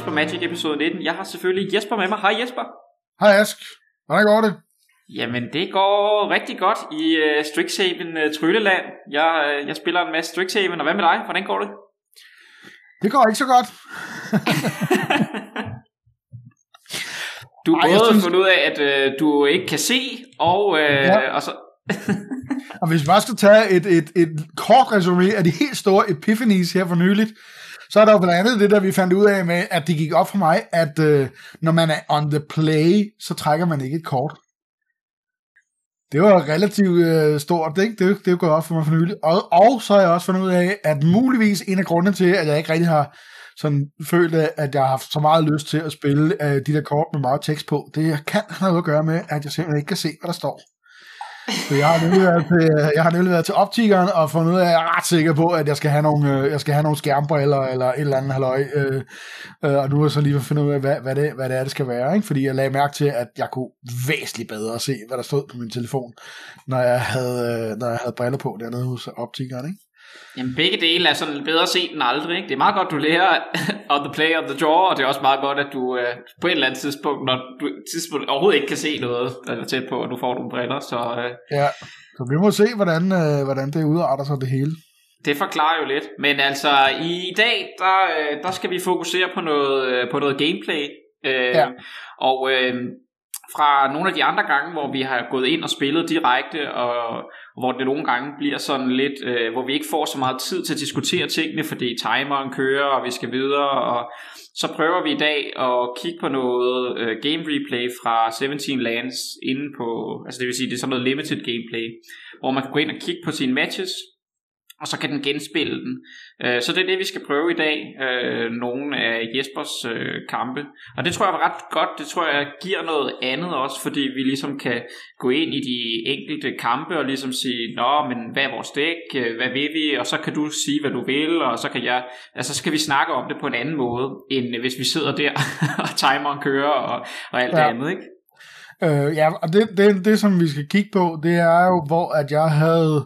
Jesper Magic episode 19. Jeg har selvfølgelig Jesper med mig. Hej Jesper. Hej Ask. Hvordan går det? Jamen det går rigtig godt i Strixhaven Trylleland. Jeg spiller en masse Strixhaven, og hvad med dig? Hvordan går det? Det går ikke så godt. Du har både fundet ud af, at du ikke kan se, og så... Og hvis vi bare skal tage et kort resumé af de helt store epiphanies her for nyligt, så er der jo blandt andet det, der vi fandt ud af med, at det gik op for mig, at når man er on the play, så trækker man ikke et kort. Det var relativt stort, ikke? Det er jo gået op for mig for nyligt. Og så har jeg også fundet ud af, at muligvis en af grundene til, at jeg ikke rigtig har sådan følt, at jeg har haft så meget lyst til at spille de der kort med meget tekst på, det kan have noget at gøre med, at jeg simpelthen ikke kan se, hvad der står. Så jeg har nemlig været til optikeren og fundet ud af, at jeg er ret sikker på, at jeg skal have nogle skærmbriller eller et eller andet halløj. Og nu er jeg så lige for at finde ud af, hvad det skal være. Ikke? Fordi jeg lagde mærke til, at jeg kunne væsentligt bedre se, hvad der stod på min telefon, når jeg havde briller på dernede hos optikeren. Ikke? Jamen begge dele er sådan bedre set end aldrig, ikke? Det er meget godt, du lærer on the play, on the draw, og det er også meget godt, at du på et eller andet tidspunkt, når du overhovedet ikke kan se noget tæt på, og du får nogle briller, så... Ja, så vi må se, hvordan det udarter sig det hele. Det forklarer jo lidt, men altså i dag, der skal vi fokusere på noget gameplay, ja. Og fra nogle af de andre gange, hvor vi har gået ind og spillet direkte, og hvor det nogle gange bliver sådan lidt, hvor vi ikke får så meget tid til at diskutere tingene, fordi timeren kører, og vi skal videre, og så prøver vi i dag at kigge på noget game replay fra 17 Lands inde på, altså det vil sige, det er sådan noget limited gameplay, hvor man kan gå ind og kigge på sine matches, og så kan den genspille den. Så det er det, vi skal prøve i dag. Nogle af Jespers kampe. Og det tror jeg var ret godt. Det tror jeg giver noget andet også, fordi vi ligesom kan gå ind i de enkelte kampe og ligesom sige, nå, men hvad er vores dæk? Hvad vil vi? Og så kan du sige, hvad du vil, og så kan jeg... Altså, så skal vi snakke om det på en anden måde, end hvis vi sidder der, og timeren kører, og alt det andet, ikke? Ja, og det, som vi skal kigge på, det er jo, hvor at jeg havde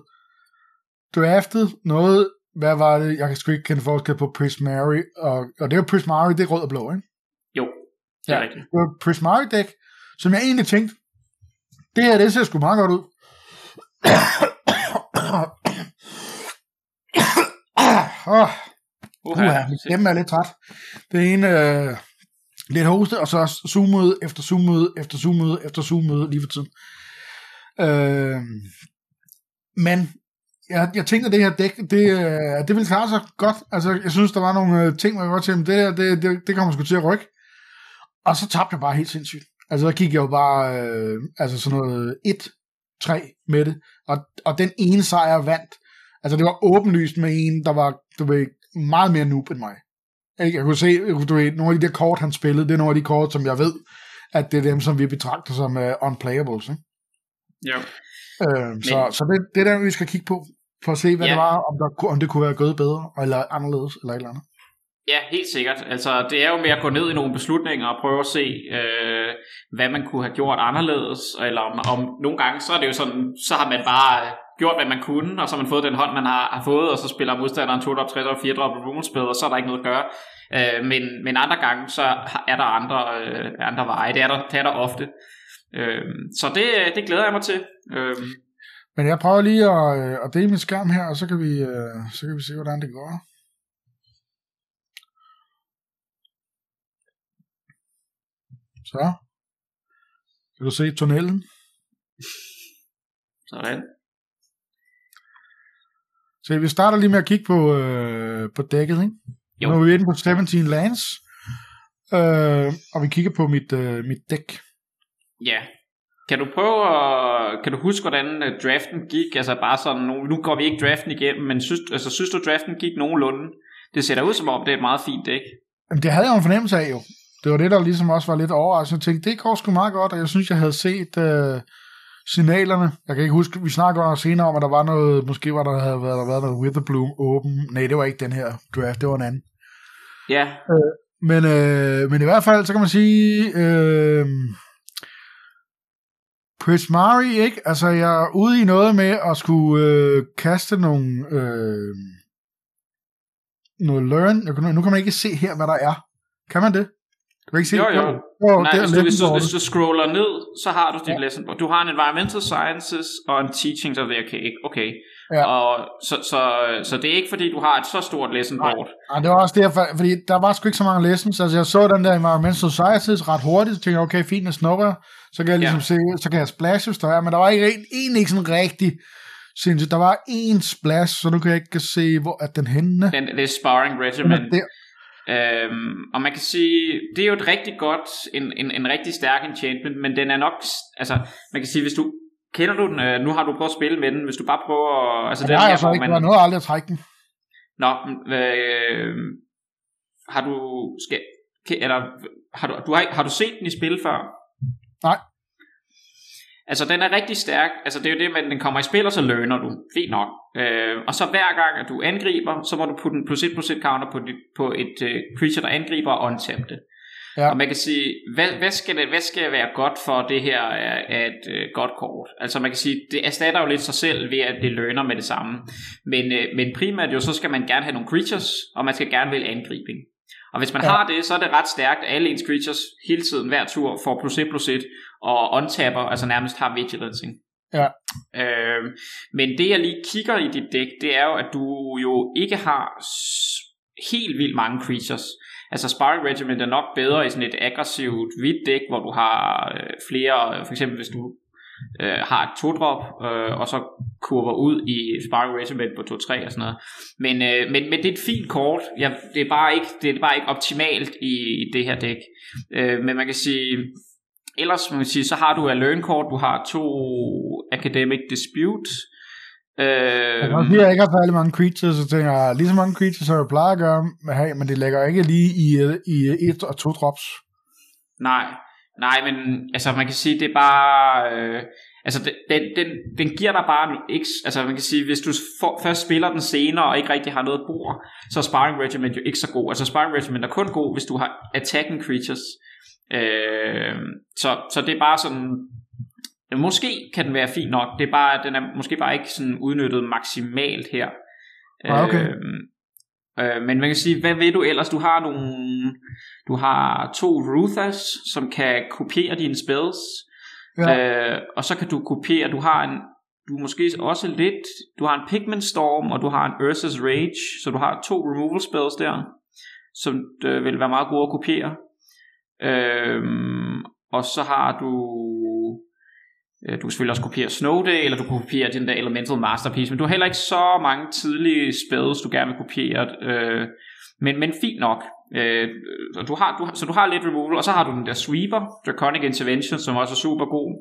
draftet noget, hvad var det? Jeg kan sgu ikke kende forskel på Prismari, og det er jo Prismari, det er rød og blå, ikke? Jo, det er rigtigt. Det var Prismari-dæk, som jeg egentlig tænkte, det ser sgu meget godt ud. Min stemme er lidt træt. Det ene lidt hoste, og så Zoom-møde efter Zoom-møde efter Zoom-møde efter Zoom-møde lige for tiden. Men jeg tænkte, at det her dæk, det ville klare sig godt. Altså, jeg synes, der var nogle ting, man godt til, det kommer sgu til at rykke. Og så tabte jeg bare helt sindssygt. Altså, der gik jeg jo bare, sådan noget 1-3 med det. Og den ene sejr vandt. Altså, det var åbenlyst med en, der var, meget mere noob end mig. Jeg kunne se, nogle af de der kort, han spillede, det er nogle af de kort, som jeg ved, at det er dem, som vi betragter som unplayables, ikke? Ja. Så det er der, vi skal kigge på, for at se, hvad det var, om det kunne være gået bedre, eller anderledes, eller et eller andet. Ja, helt sikkert. Altså, det er jo med at gå ned i nogle beslutninger og prøve at se, hvad man kunne have gjort anderledes, eller om nogle gange, så er det jo sådan, så har man bare gjort, hvad man kunne, og så har man fået den hånd, man har fået, og så spiller modstanderen 2-drop, 3-drop, 4-drop rumspil, og så er der ikke noget at gøre. Men andre gange, så er der andre veje. Det er der ofte. Så det glæder jeg mig til. Men jeg prøver lige at dele min skærm her, og så kan vi se, hvordan det går. Så. Kan du se tunnelen? Sådan. Så vi starter lige med at kigge på dækket, ikke? Jo. Nu er vi inde på 17 Lands, og vi kigger på mit dæk. Ja. Kan du huske, hvordan draften gik? Altså bare sådan, nu går vi ikke draften igennem, men synes du, draften gik nogenlunde? Det ser da ud som om, det er et meget fint dæk. Jamen, det havde jeg jo en fornemmelse af, jo. Det var det, der ligesom også var lidt overraskende. Jeg tænkte, det går sgu meget godt, og jeg synes, jeg havde set signalerne. Jeg kan ikke huske, vi snakkede senere om, at der var noget, måske var der havde været noget Witherbloom åben. Nej, det var ikke den her draft, det var en anden. Ja. Men i hvert fald, så kan man sige, Prismari, ikke? Altså, jeg er ude i noget med at skulle kaste noget learn. Nu kan man ikke se her, hvad der er Kan man det? Kan man ikke se Jo. Nej, hvis du scroller ned, så har du dit lesson board. Du har en Environmental Sciences og en Teachings of the Archaic. Okay. Ja. Og så det er ikke fordi, du har et så stort lesson board. Nej, det var også derfor, fordi der var sgu ikke så mange lessons. Altså jeg så den der Environmental Sciences ret hurtigt, så tænkte jeg, okay, fint, at snupper. Så kan jeg ligesom se, så kan jeg splash, hvis der er. Men der var egentlig ikke sådan rigtig sindssygt. Der var én splash, så nu kan jeg ikke se, hvor er den henne. Det er Sparring Regiment. Og man kan sige, det er jo et rigtig godt, en rigtig stærk enchantment, men den er nok, altså man kan sige, hvis du kender du den, nu har du prøvet at spille med den, hvis du bare prøver, altså den her, hvor man noget aldrig at trække den. Nå, har du set den i spil før? Nej. Altså den er rigtig stærk. Altså det er jo det, at den kommer i spil, og så learner du. Fint nok. Og så hver gang at du angriber, så må du putte en +1/+1 counter på et creature, der angriber, og untappe det. Ja. Og man kan sige, hvad skal være godt for det her er et godt kort. Altså man kan sige, det erstatter jo lidt sig selv ved at det learner med det samme. Men primært jo, så skal man gerne have nogle creatures, og man skal gerne vælge angribing. Og hvis man har det, så er det ret stærkt. Alle ens creatures hele tiden, hver tur, får +1/+1 og untapper, altså nærmest har vigilance. Ja. Men det jeg lige kigger i dit dæk, det er jo, at du jo ikke har helt vildt mange creatures. Altså Sparring Regiment er nok bedre i sådan et aggressivt hvidt dæk, hvor du har flere, for eksempel hvis du har et 2-drop, og så kurver ud i Sparring Regiment på 2-3 og sådan noget. Men det er et fint kort. Ja, det er bare ikke optimalt i det her dæk. Men man kan sige, ellers man kan sige, så har du Learn-kort, du har 2 Academic Dispute. Jeg ikke har særlig mange creatures, så tænker jeg, lige så mange creatures, som jeg plejer at gøre med her, men det lægger ikke lige i 1 og 2 drops. Nej, men altså man kan sige, det er bare altså den giver dig bare ikke, altså man kan sige, hvis du først spiller den senere og ikke rigtig har noget bord, så er Sparring Regiment jo ikke så god. Altså Sparring Regiment er kun god, hvis du har attacking creatures. Så det er bare sådan, måske kan den være fin nok. Det er bare, den er måske bare ikke sådan udnyttet maksimalt her. Okay. Men man kan sige, hvad ved du ellers? Du har 2 Ruthas, som kan kopiere dine spells. Ja. Og så kan du kopiere, du har en Pigment Storm, og du har en Urza's Rage, så du har 2 removal spells der, som vil være meget gode at kopiere. Og så har du kan selvfølgelig også kopiere Snowday, eller du kan kopiere den der Elemental Masterpiece, men du har heller ikke så mange tidlige spells, du gerne vil kopiere, men fint nok. Så du har lidt removal, og så har du den der Sweeper, Draconic Intervention, som også er super god.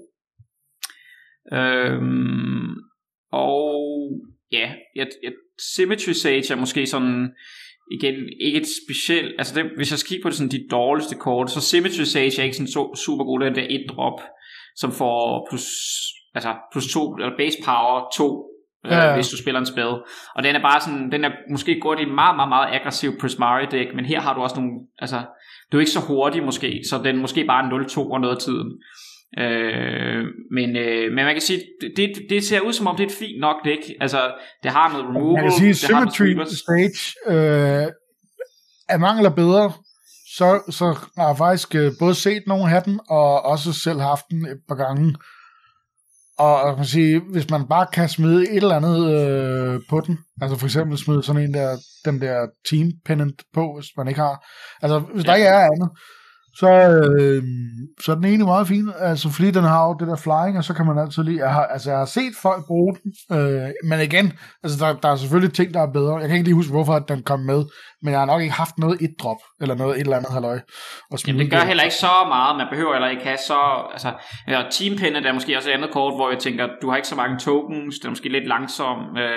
Og ja, Symmetry Sage er måske sådan, igen, ikke et specielt, altså det, hvis jeg skal kigge på det sådan de dårligste kort, så Symmetry Sage er ikke sådan super god, den der 1-drop, som får plus 2, eller base power 2, hvis du spiller en spell. Og den er bare sådan, den er måske gået i en meget, meget, meget aggressiv Prismari deck, men her har du også nogle, altså, du er ikke så hurtig måske, så den er måske bare 0-2 og noget af tiden. Men man kan sige, det ser ud som om det er et fint nok dæk. Altså, det har noget removal. Man kan sige, Symmetry Stage er mangler bedre. Så har jeg faktisk både set nogen have den, og også selv haft den et par gange. Og man kan sige, hvis man bare kan smide et eller andet på den, altså for eksempel smide sådan den der team pennant på, hvis man ikke har, altså hvis der ikke er andet, så er den egentlig meget fin, altså fordi den har jo det der flying, og så kan man altid lige, jeg har set folk bruge den, men igen, altså der er selvfølgelig ting, der er bedre. Jeg kan ikke lige huske, hvorfor den kom med, men jeg har nok ikke haft noget 1-drop, eller noget et eller andet halløj. Jamen det gør heller ikke så meget, man behøver heller ikke have så, altså Team Pennant er måske også et andet kort, hvor jeg tænker, du har ikke så mange tokens, det er måske lidt langsom,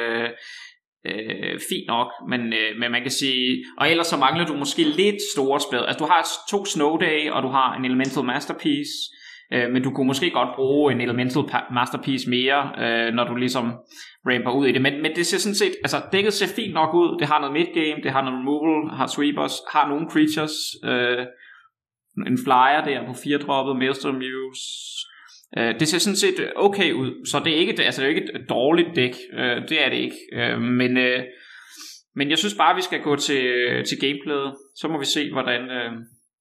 fint nok, men man kan sige, og ellers så mangler du måske lidt store spil. Altså du har 2 Snowday, og du har en Elemental Masterpiece, men du kunne måske godt bruge en Elemental Masterpiece mere, når du ligesom ramper ud i det, men det ser sådan set, altså dækket ser fint nok ud. Det har noget midgame, det har noget removal, har sweepers, har nogle creatures, en flyer der på 4-droppet, Maelstrom Muse. Det ser sådan set okay ud, så det er ikke, altså det er ikke et dårligt dæk, det er det ikke, men jeg synes bare vi skal gå til gameplayet, så må vi se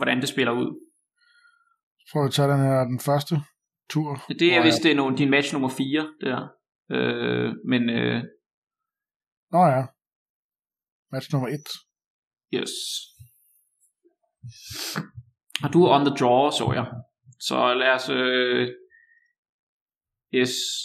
hvordan det spiller ud. Prøv at tage den første tur. Det er vist det er din match nummer 4 der. Men Nå ja. Match nummer 1. Yes. Og du er on the draw, så jeg. Så lad os yes.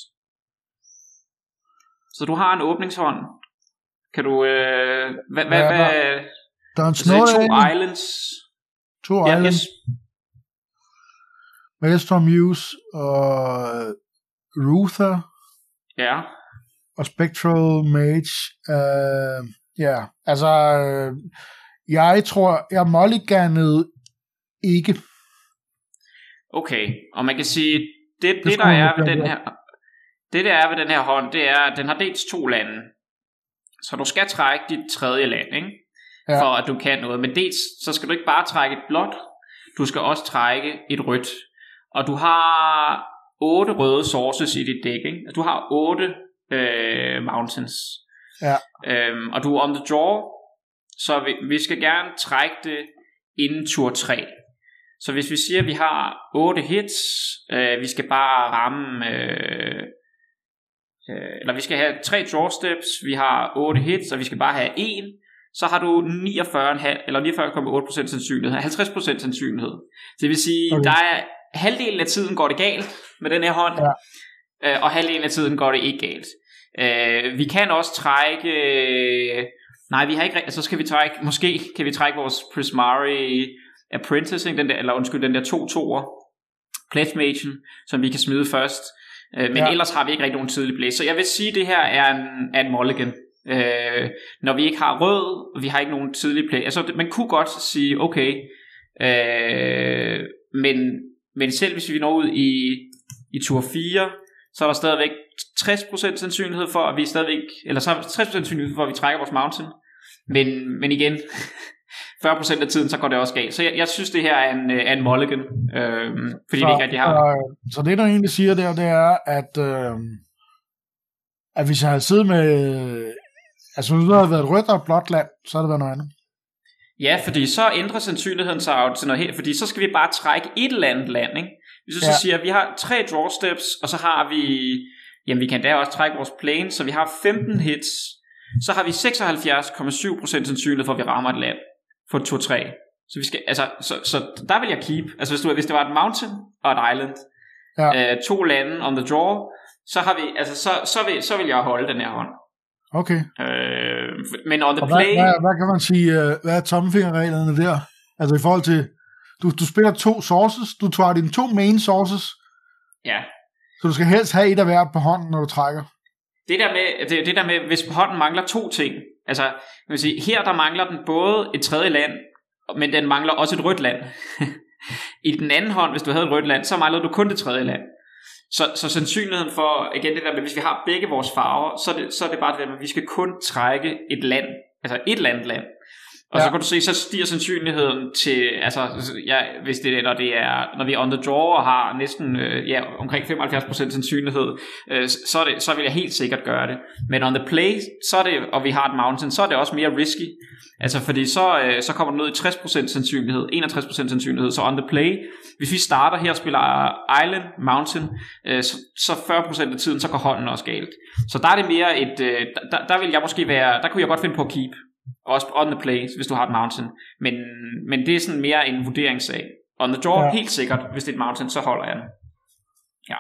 Så du har en åbningshånd. Kan du hvad der er en to islands. 2 islands. Yes. Maelstrom Muse og Ruther. Ja. Og Spectral Mage. Ja, altså jeg tror, jeg mulliganede ikke. Okay, og man kan sige, det der er ved den her, det der er ved den her hånd, det er, at den har dels 2 lande. Så du skal trække dit tredje land, ikke? Ja. For at du kan noget. Men dels, så skal du ikke bare trække et blåt, du skal også trække et rødt. Og du har 8 røde sources i dit dæk, ikke? Du har 8 mountains. Ja. Og du er on the draw, så vi skal gerne trække det inden tur 3. Så hvis vi siger, at vi har 8 hits, vi skal bare ramme, eller vi skal have 3 draw steps, vi har 8 hits, og vi skal bare have 1, så har du 49,8% sandsynlighed, 50% sandsynlighed. Det vil sige, okay. Der er halvdelen af tiden går det galt med den her hånd, ja. Og halvdelen af tiden går det ikke galt. Vi kan også trække, nej, vi har ikke, så skal vi trække, måske kan vi trække vores Prismari Apprentice, den der 2-2'er Pledge Magen, som vi kan smide først. Men ellers har vi ikke rigtig nogen tidlig blæs. Så jeg vil sige, at det her er en mulligan. Når vi ikke har rød, vi har ikke nogen tidlig play. Altså, man kunne godt sige, okay, men selv hvis vi når ud i tur 4, så er der stadigvæk 60% sandsynlighed for, at vi stadigvæk, eller så er der 60% sandsynlighed for, at vi trækker vores mountain. Men igen, 40% af tiden, så går det også galt. Så jeg synes, det her er en mulligan, fordi vi ikke rigtig har. Så det, der egentlig siger der, det er, at hvis jeg havde siddet med, altså hvis det havde været et rødt og et blåt land, så havde det været noget andet. Ja, fordi så ændrer sandsynligheden sig jo til noget helt, fordi så skal vi bare trække et eller andet land, ikke? Hvis du så siger, at vi har 3 draw steps, og så har vi, jamen vi kan da også trække vores plane, så vi har 15 hits, så har vi 76,7% sandsynlighed for, at vi rammer et land for 2-3. Så vi skal, altså, så der vil jeg keep. Altså hvis det var et mountain og et island, 2 lande on the draw, så har vi, altså så vil jeg holde den her hånd. Okay. Men on the play, hvad kan man sige, hvad er tommelfingerreglerne der? Altså i forhold til, du spiller 2 sources, du tager dine 2 main sources. Ja. Så du skal helst have et af hvert på hånden, når du trækker. Det der med, hvis hånden mangler 2 ting, altså, kan man sige, her der mangler den både et tredje land, men den mangler også et rødt land. I den anden hånd, hvis du havde et rødt land, så mangler du kun det tredje land. Så sandsynligheden for, igen det der med, hvis vi har begge vores farver, så er det bare det der med, at vi skal kun trække et land, altså et land. Og så kan du se, så stiger sandsynligheden til, altså, hvis det når vi er on the draw og har næsten, omkring 75% sandsynlighed, så vil jeg helt sikkert gøre det. Men on the play, så er det, og vi har et mountain, så er det også mere risky. Altså, fordi så kommer du ned i 60% sandsynlighed, 61% sandsynlighed. Så on the play, hvis vi starter her og spiller island, mountain, så 40% af tiden, så går hånden også galt. Så der er det mere der vil jeg måske være, der kunne jeg godt finde på at keep. Også on the play, hvis du har et mountain. Men det er sådan mere en vurderingssag. On the draw, helt sikkert, hvis det er et mountain, så holder jeg den. Ja.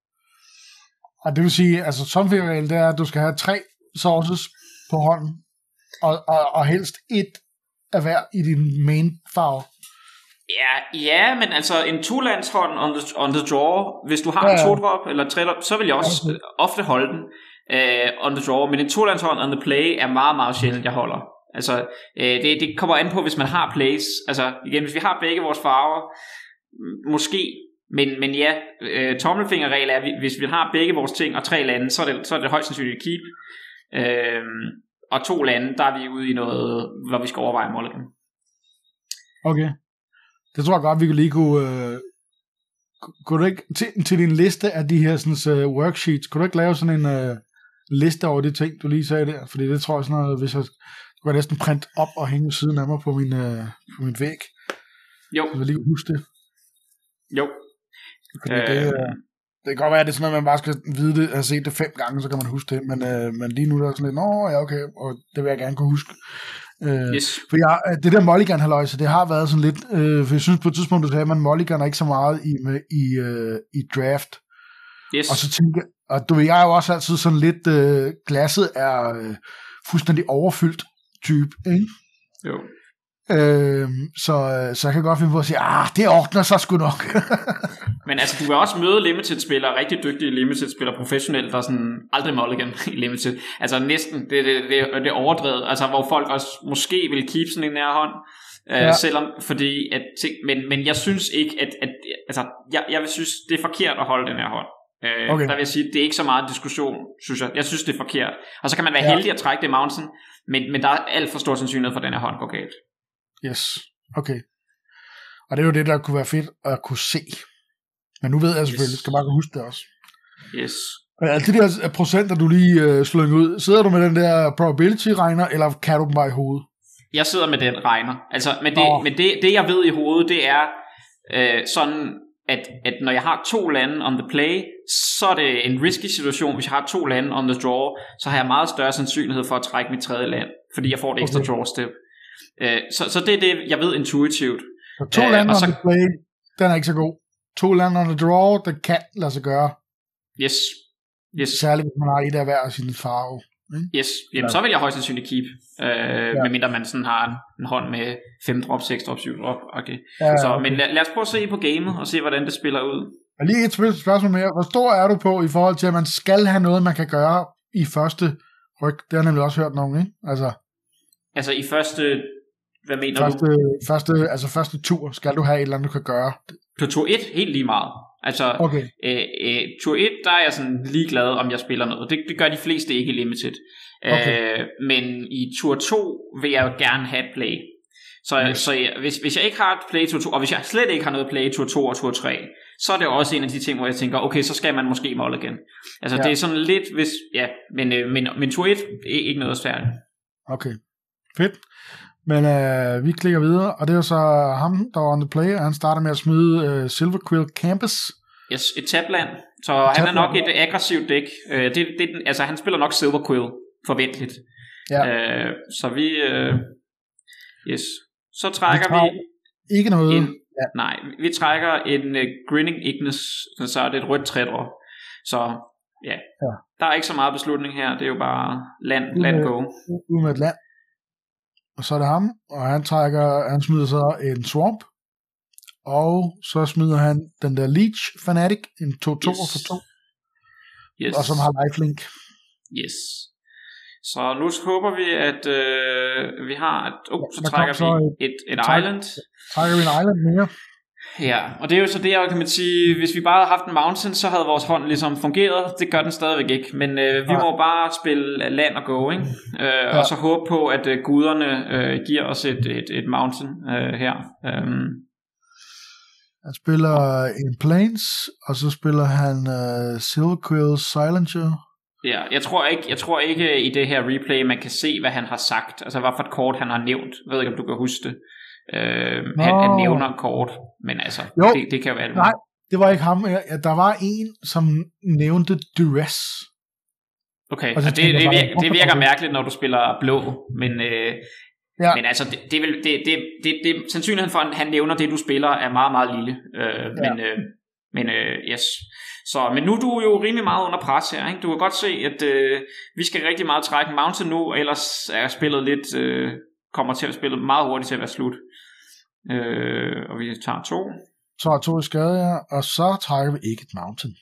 Og det vil sige, altså tommelfingerreglen, det er, at du skal have 3 sources på hånden, og helst et af hver i din main farve. Ja, men altså en 2-landshånd on the draw, hvis du har en 2-drop eller 3-drop, så vil jeg også ofte holde den on the draw, men en 2-landshånd on the play er meget, meget sjældent, jeg holder. Altså, det kommer an på, hvis man har plays. Altså, igen, hvis vi har begge vores farver, måske, men ja, tommelfingerregel er, hvis vi har begge vores ting og 3 lande, så er det højst sandsynligt keep. Og 2 lande, der er vi ude i noget, hvor vi skal overveje mulligan. Okay. Det tror jeg godt, vi kunne lige kunne du ikke til din liste af de her sådan, worksheets, kunne du ikke lave sådan en liste over de ting, du lige sagde der? Fordi det tror jeg sådan noget, hvis jeg kunne næsten printe op og hænge ved siden af mig på min væg. Jo. Så vi lige huske det. Jo. Fordi det kan godt være, at det er sådan noget, man bare skal vide det, have set det 5 gange, så kan man huske det, men lige nu der er sådan lidt, ja, okay, og det vil jeg gerne kunne huske. Yes. For det der mulligan-halløjse, det har været sådan lidt, for jeg synes på et tidspunkt, du sagde, at man mulliganer ikke så meget i draft. Yes. Og så tænker og du ved, jeg er jo også altid sådan lidt, glasset er fuldstændig overfyldt type, ikke? Jo. Så jeg kan godt finde på at sige, det ordner sig sgu nok. Men altså, du vil også møde limited-spillere, rigtig dygtige limited-spillere, professionelle, der sådan aldrig mulligan i limited. Altså næsten, det er overdrevet, altså hvor folk også måske vil keep sådan en nær hånd, selvom, fordi, men jeg synes ikke, altså, jeg vil synes, det er forkert at holde den her hånd. Okay. Der vil jeg sige, det er ikke så meget diskussion, synes jeg. Jeg synes, det er forkert. Og så kan man være heldig at trække det i mountain, men der er alt for stor sandsynlighed for, at den her hånd går galt. Yes, okay. Og det er jo det, der kunne være fedt at kunne se. Men nu ved jeg selvfølgelig, skal bare kunne huske det også. Yes. Og alle de der procenter, du lige slår ud, sidder du med den der probability-regner, eller kan du dem bare i hovedet? Jeg sidder med den regner. Altså, men det jeg ved i hovedet, det er sådan, at når jeg har 2 lande on the play, så er det en risky situation. Hvis jeg har 2 lande on the draw, så har jeg meget større sandsynlighed for at trække mit 3. land, fordi jeg får et ekstra draw step. Så det er det, jeg ved intuitivt. Så 2 lande on the play, den er ikke så god. 2 lande on the draw, det kan lade sig gøre. Yes. Særligt, hvis man har et af hver af sine farve. Yes, jamen, så vil jeg højst sandsynligt keep, medmindre man sådan har en hånd med 5 drop, 6 drop, 7 drop. Okay. Så, men lad os prøve at se på gamet, og se hvordan det spiller ud. Og lige et spørgsmål mere. Hvor stor er du på i forhold til, at man skal have noget, man kan gøre i første ryg? Det har jeg nemlig også hørt nogen, ikke? Altså i første, hvad mener du? Første tur, skal du have et eller andet, du kan gøre? På tur 1, helt lige meget. Altså, okay. Tur 1, der er jeg sådan ligeglad, om jeg spiller noget. Det gør de fleste ikke i limited. Okay. Men i tur 2 vil jeg jo gerne have et play. Så hvis jeg ikke har et play i tur 2, og hvis jeg slet ikke har noget play i tur 2 og tur 3, så er det også en af de ting, hvor jeg tænker, okay, så skal man måske mulligan. Altså det er sådan lidt, men tur 1 er ikke noget svært. Okay, fedt. Men vi klikker videre, og det er så ham, der var on the play, og han starter med at smide Silver Quill Campus. Yes, et tabland. Så han er nok et aggressivt dæk. Altså han spiller nok Silver Quill, forventeligt. Ja. Så vi... yes. Så trækker vi ikke noget. Nej, vi trækker en Grinning Ignis, så er det et rødt trædrå. Så ja, der er ikke så meget beslutning her. Det er jo bare land go. Ud med et land. Og så er det ham, og han smider så en Swamp, og så smider han den der Leech Fanatic, en 2-2 for 2, og som har lifelink. Yes. Så nu håber vi, at vi har, så trækker vi et island. Trækker vi en island mere. Ja, og det er jo så det, jeg kan sige, hvis vi bare havde haft en mountain, så havde vores hånd ligesom fungeret. Det gør den stadigvæk ikke, men vi må bare spille land og go, ikke? Og så håbe på, at guderne giver os et mountain her. Han spiller en plains, og så spiller han Silver Quill Silencer. Ja, jeg tror ikke i det her replay, man kan se, hvad han har sagt. Altså, hvad for et kort han har nævnt. Jeg ved ikke, om du kan huske det. Han nævner kort, men altså, det kan jo være det. Nej, det var ikke ham. Der var en, som nævnte duress. Okay, og det virker mærkeligt, når du spiller blå, men men altså, det sandsynligheden for, at han nævner det, du spiller, er meget, meget lille. Men yes. Men nu er du jo rimelig meget under pres her, ikke? Du kan godt se, at vi skal rigtig meget trække mountain nu, ellers er spillet lidt, kommer til at spille meget hurtigt til at være slut. Og vi tager 2. Så er 2 i skade, ja. Og så trækker vi ikke et mountain.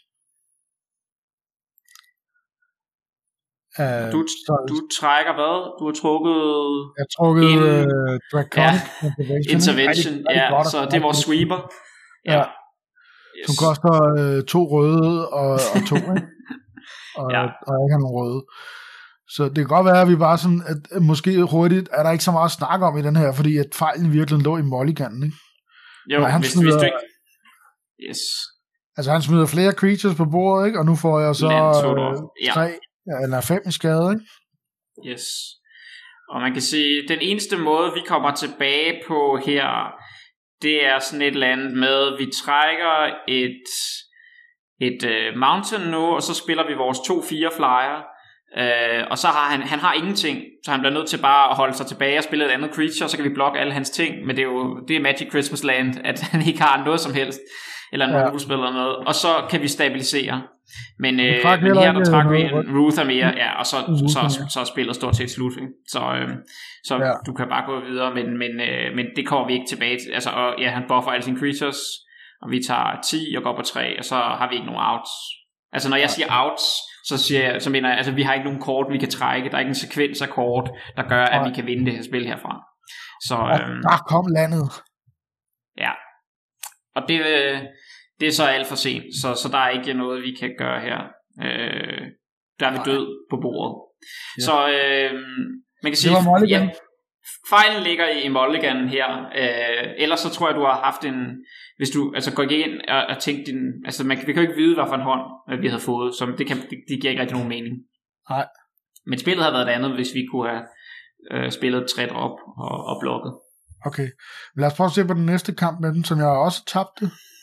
Du trækker hvad? Du har trukket... Jeg har trukket Draconic Intervention. Ja, så det er vores sweeper. Ja. Yes. Som koster 2 røde og 2, ikke? og ikke har nogen røde. Så det kan godt være, at vi bare sådan, at måske hurtigt er der ikke så meget at snakke om i den her, fordi at fejlen virkelig lå i mulliganen, ikke? Jo, hvis du ikke... Yes. Altså han smider flere creatures på bordet, ikke? Og nu får jeg så 3 eller 5 i skade, ikke? Yes. Og man kan sige, den eneste måde, vi kommer tilbage på her, det er sådan et eller andet med, vi trækker et mountain nu, og så spiller vi vores 2-4 flyer, og så har han har ingenting, så han bliver nødt til bare at holde sig tilbage og spille et andet creature, så kan vi blokke alle hans ting, men det er Magic Christmas Land, at han ikke har noget som helst, eller nogen spiller noget, og så kan vi stabilisere. Men her der trak vi en Ruther mere, ja, og så er spillet stort set slut, ikke? Så du kan bare gå videre, men det kommer vi ikke tilbage til. Altså, og ja, han buffer alle sine creatures, og vi tager 10 og går på 3, og så har vi ikke nogen outs. Altså når jeg siger outs, så mener jeg, altså vi har ikke nogen kort vi kan trække, der er ikke en sekvens af kort, der gør at vi kan vinde det her spil herfra. Så der kom landet. Ja. Og det er så alt for sent, så der er ikke noget vi kan gøre her. Der er vi død på bordet. Ja. Så man kan sige, fejlen ligger i Mulligan her. Ellers så tror jeg du har haft en, hvis du altså går ind og tænker din, altså vi kan jo ikke vide hvad for en hånd vi havde fået, så det giver ikke rigtig nogen mening. Nej. Men spillet havde været et andet, hvis vi kunne have spillet 3 drop og blokket. Okay, lad os prøve at se på den næste kamp med den, som jeg også tabte.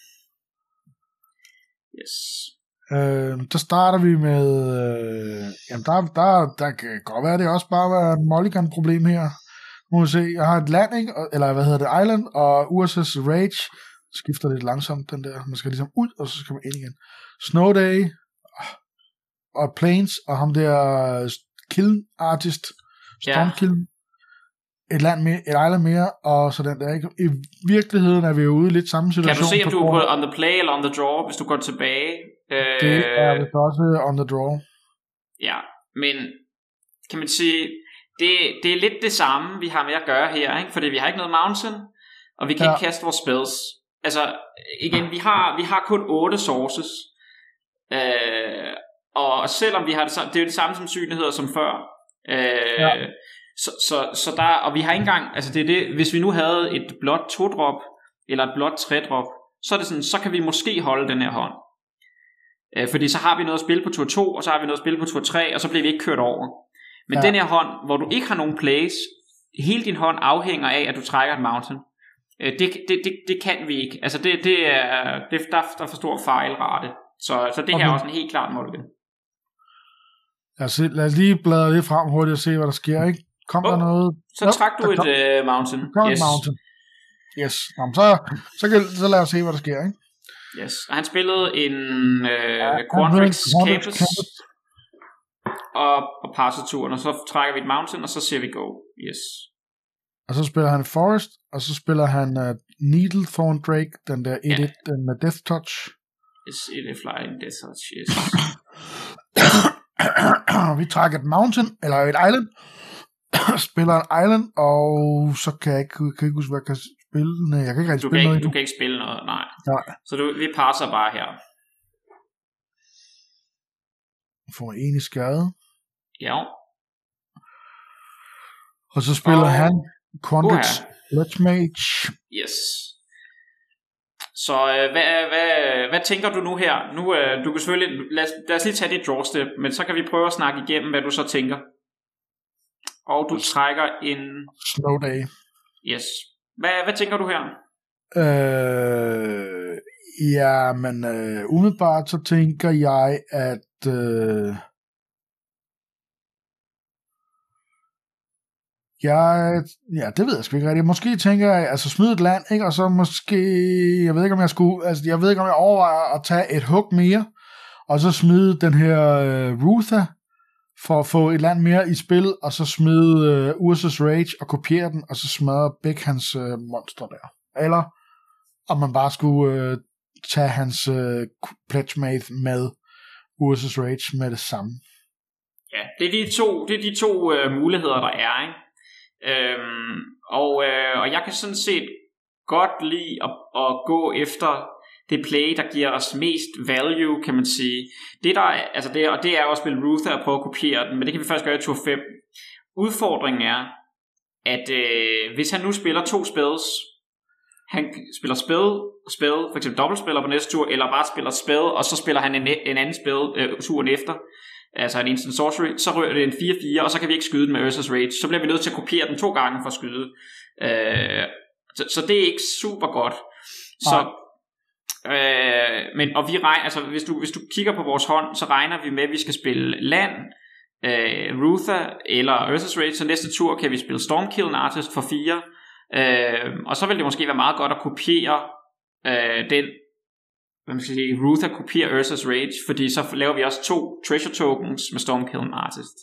Yes. Der starter vi med jamen der kan godt være det også bare var et Mulligan problem her. Nu må vi se, jeg har et land, ikke? Eller hvad hedder det, Island, og USS Rage skifter lidt langsomt den der, man skal ligesom ud og så skal man ind igen. Snow Day og Plains og ham der Kiln Artist Stormkiln, et land mere, et island mere, og så den der, ikke? I virkeligheden er vi jo ude i lidt samme situation. Kan du se om du er på on the play eller on the draw, hvis du går tilbage? Det er vist også on the draw. Ja, men kan man sige, det er lidt det samme vi har med at gøre her, ikke? Fordi vi har ikke noget mountain, og vi kan ikke kaste vores spells. Altså igen, vi har kun 8 sources, og selvom vi har det er jo det samme sandsynligheder som før. Så der, og vi har ikke engang, altså det er det, hvis vi nu havde et blåt 2-drop eller et blåt 3-drop, så er det sådan, så kan vi måske holde den her hånd. Fordi så har vi noget at spille på tur 2, og så har vi noget at spille på tur 3, og så bliver vi ikke kørt over. Men den her hånd, hvor du ikke har nogen plays, hele din hånd afhænger af, at du trækker et mountain. Det kan vi ikke. Altså der er for stor fejlrate. Så det her er også en helt klart mål. Lad os lige bladre lidt frem hurtigt og se, hvad der sker, ikke? Kom der noget? Så træk du et mountain. Yes. Mountain. Yes. Så lad os se, hvad der sker, ikke? Yes. Og han spillede en Quandrix Campus og passer-turen, og så trækker vi et mountain, og så ser vi go. Yes. Og så spiller han Forest, og så spiller han Needlethorn Drake, den der 1-1 den med Death Touch. Yes, it is flying Death Touch, yes. Vi trækker et mountain, eller et island, spiller en island, og så kan jeg ikke huske, hvad jeg kan spille. Nej, jeg kan ikke rigtig spille noget. Du kan ikke spille noget, nej. Så vi passer bare her. Får en i skade. Ja. Og så spiller han Quandrix Ledge Mage. Yes. Så hvad tænker du nu her? Nu du kan selvfølgelig lad os lige tage dit drawstep, men så kan vi prøve at snakke igennem hvad du så tænker. Og du trækker en Snow Day. Yes. Hvad tænker du her? Ja, men umiddelbart så tænker jeg at det ved jeg sgu ikke rigtigt. Måske tænker jeg, altså smide et land, ikke? Og så måske, jeg ved ikke om jeg overvejer at tage et hug mere, og så smide den her Ruther, for at få et land mere i spil, og så smide USS Rage, og kopiere den, og så smadre begge hans monster der. Eller, om man bare skulle tage hans Pledgemath med USS Rage med det samme. Ja, det er de to muligheder, der er, ikke? Og jeg kan sådan set godt lide at gå efter det play, der giver os mest value, kan man sige. Det er jo at spille Ruther og prøve at kopiere den, men det kan vi først gøre i tur 5. Udfordringen er, at hvis han nu spiller 2 spells, han spiller spell, for eksempel dobbeltspiller på næste tur, eller bare spiller spell, og så spiller han en anden spell turen efter, altså en instant sorcery, så rører det en 4-4, og så kan vi ikke skyde den med Ursus Rage. Så bliver vi nødt til at kopiere den 2 gange for at skyde Så det er ikke super godt. Så men og vi regner, altså hvis du kigger på vores hånd, så regner vi med, at vi skal spille land, Ruther eller Urth's Rage. Så næste tur kan vi spille Stormkiln Artist for 4. Og så vil det måske være meget godt at kopiere den, hvad man skal sige, Ruther kopierer Urth's Rage, fordi så laver vi også 2 treasure tokens med Stormkiln Artist.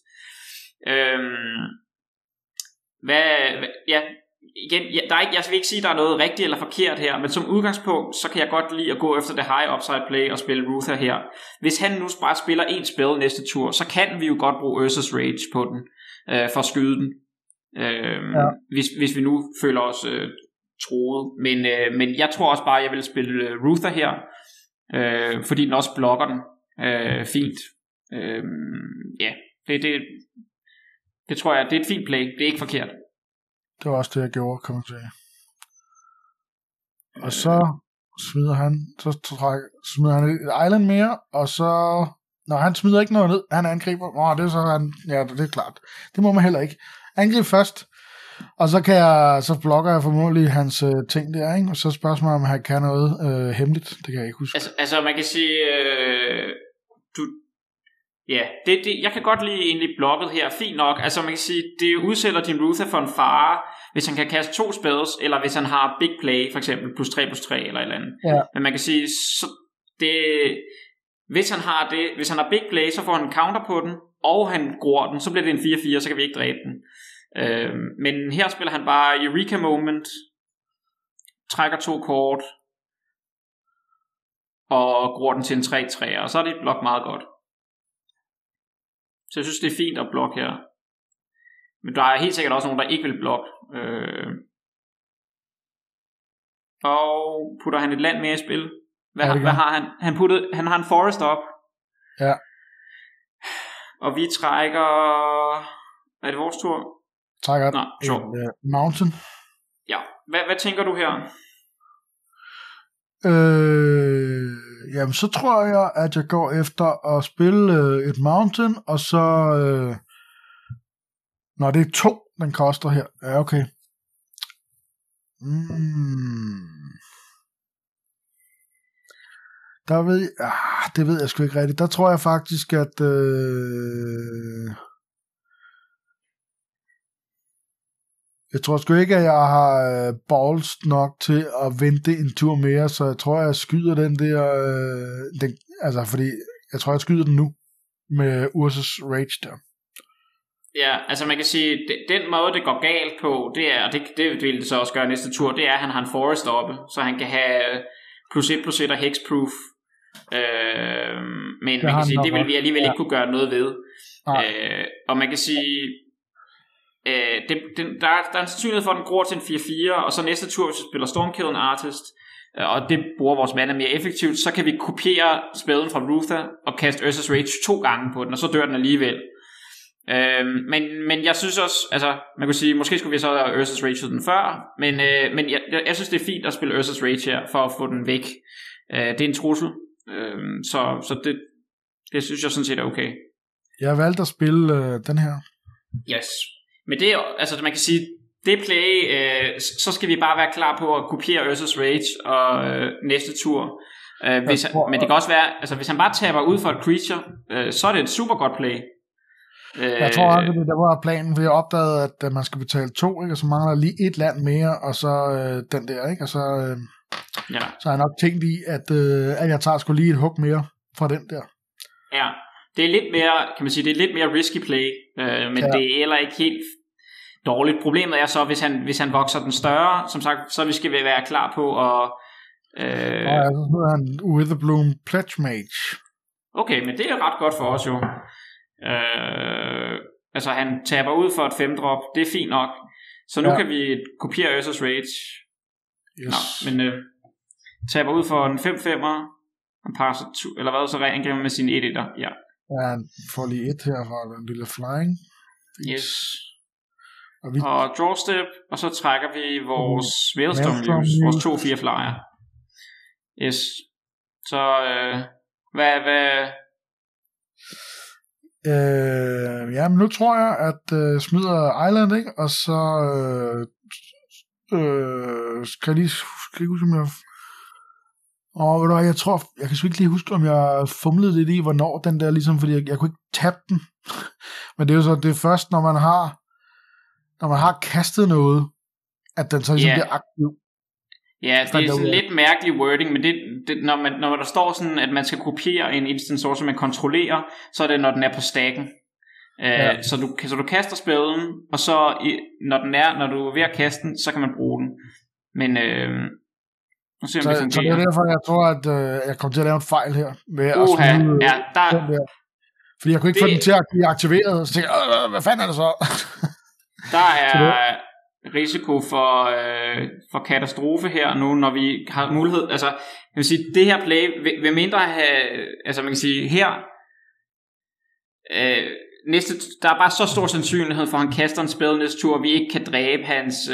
Igen, der er ikke, jeg vil ikke sige, at der er noget rigtigt eller forkert her, men som udgangspunkt, så kan jeg godt lide at gå efter det high upside play og spille Ruther her. Hvis han nu bare spiller 1 spil næste tur, så kan vi jo godt bruge Urth's Rage på den, for at skyde den, hvis vi nu føler os troet. Men jeg tror også bare, at jeg vil spille Ruther her, fordi den også blokker den fint. Det tror jeg, det er et fint play, det er ikke forkert. Det var også det, jeg gjorde, kan man sige. Og så smider han et island mere, og så... Nå, han smider ikke noget ned, han angriber. Det er så det er klart. Det må man heller ikke. Angrib først, og så blokker jeg formodentlig hans ting der, ikke? Og så spørgsmålet om han kan noget hemmeligt, det kan jeg ikke huske. Altså man kan sige, jeg kan godt lide egentlig blokket her, fint nok. Altså man kan sige, det udsætter din Ruther for en fare, hvis han kan kaste 2 spells, eller hvis han har big play, for eksempel +3/+3 eller et eller andet. Ja. Men man kan sige, så hvis han har big play, så får han en counter på den, og han gror den, så bliver det en 4/4, så kan vi ikke dræbe den. Men her spiller han bare Eureka Moment, trækker 2 kort, og gror den til en 3/3, og så er det et blok meget godt. Så jeg synes, det er fint at blokke her. Men der er helt sikkert også nogen, der ikke vil blokke. Og putter han et land mere i spil? Hvad har han? Han har en forest op. Ja. Og vi trækker... Er det vores tur? Trækker mountain. Ja. Hvad tænker du her? Jamen så tror jeg, at jeg går efter at spille et mountain, og så... Nå, det er 2, den koster her. Ja, okay. Der ved jeg... det ved jeg sgu ikke rigtigt. Der tror jeg faktisk, at... Jeg tror sgu ikke, at jeg har balls nok til at vente en tur mere, så jeg tror, jeg skyder den der... fordi jeg tror, jeg skyder den nu med Urth's Rage der. Ja, altså man kan sige, den måde, det går galt på, det er, det vil det så også gøre næste tur, det er, at han har en forest oppe, så han kan have +1/+1 og hexproof. Men man kan sige, det vil vi alligevel ikke kunne gøre noget ved. Og man kan sige... der er en sandsynlighed for, at den gror til en 4/4, og så næste tur, hvis vi spiller Stormkiln Artist, og det bruger vores mana mere effektivt, så kan vi kopiere spellen fra Ruther og kaste Urth's Rage 2 gange på den, og så dør den alligevel. Men jeg synes også, altså man kunne sige, måske skulle vi så have Urth's Rage den før, men jeg synes det er fint at spille Urth's Rage her, for at få den væk. Det er en trussel, så det synes jeg sådan set er okay. Jeg har valgt at spille den her. Yes. Men det, altså man kan sige, det play, så skal vi bare være klar på at kopiere Urth's Rage og næste tur. Men det kan også være, altså hvis han bare taber ud for et creature, så er det et super godt play. Jeg tror også, at det var planen, for jeg opdagede, at man skal betale 2, ikke? Og så mangler lige et land mere, og så den der, ikke? Og så har jeg nok tænkt i, at jeg tager sgu lige et hug mere fra den der. Ja, det er lidt mere, kan man sige, det er lidt mere risky play, men det er heller ikke helt dårligt. Problemet er så, hvis han vokser den større, som sagt, så vi skal være klar på at... så smider han Witherbloom Pledge Mage. Okay, men det er ret godt for os jo. Altså han taber ud for et 5-drop, det er fint nok. Så nu kan vi kopiere Urth's Rage. Yes. Men taber ud for en 5-5'er, han passer eller hvad, så angriber med sine 1-1'er. Ja, han får lige 1 herfra, den lille flying. Yes. Og draw step, og så trækker vi vores Maelstrom Use, vores 2-4 flyer. Yes. Så hvad men nu tror jeg, at smider Island, ikke? Og så Skal jeg lige huske, om jeg... ved du hvad, jeg kan sgu ikke lige huske, om jeg fumlede lidt i, hvornår den der ligesom, fordi jeg kunne ikke tabe den. Men det er jo så, det er først, når man har kastet noget, at den så ligesom bliver aktiv. Ja, det er sådan lidt mærkelig wording, men når der står sådan, at man skal kopiere en instant source, man kontrollerer, så er det, når den er på stacken. Så du kaster spellen, og så når du er ved at kaste den, så kan man bruge den. Men nu ser vi, det fungerer. Så det er derfor, jeg tror, at jeg kommer til at lave en fejl her med at smide den der. Fordi jeg kunne ikke få den til at blive aktiveret, så tænkte jeg, hvad fanden er det så? Der er risiko for katastrofe her nu, når vi har mulighed. Altså, jeg vil sige, det her play vil mindre have, altså man kan sige her, der er bare så stor sandsynlighed for, at han kaster en spil næste tur, og vi ikke kan dræbe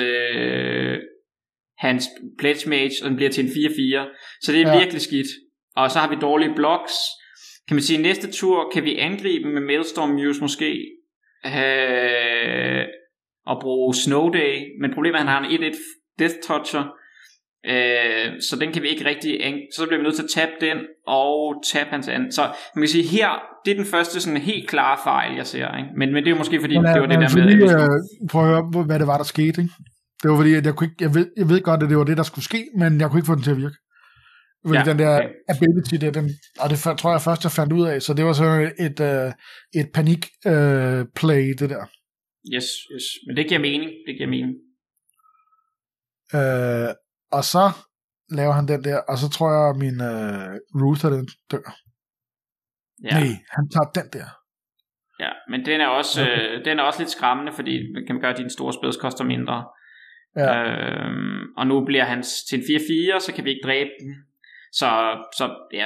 hans pledge mage, og den bliver til en 4-4. Så det er virkelig skidt. Og så har vi dårlige blocks. Kan man sige, næste tur kan vi angribe med Maelstrom Muse måske, og bruge Snow Day, men problemet er, at han har en 1-1 Death Toucher, så den kan vi ikke rigtig, så bliver vi nødt til at tabe den, og tabe hans anden. Så man kan sige, her, det er den første sådan helt klare fejl, jeg ser, ikke? Men det er jo måske fordi, det var det der med... Prøv at høre, hvad det var, der skete, ikke? Det var fordi, at jeg ved godt, at det var det, der skulle ske, men jeg kunne ikke få den til at virke. Fordi den der ability, og det tror jeg først, jeg fandt ud af, så det var så et panik play, det der. Yes, men det giver mening, og så laver han den der, og så tror jeg, at min Ruther, den dør. Ja. Nej, han tager den der. Ja, men den er også lidt skræmmende, fordi man kan gøre, at dine store spils koster mindre. Ja. Og nu bliver han til en 4-4, så kan vi ikke dræbe den. Så ja.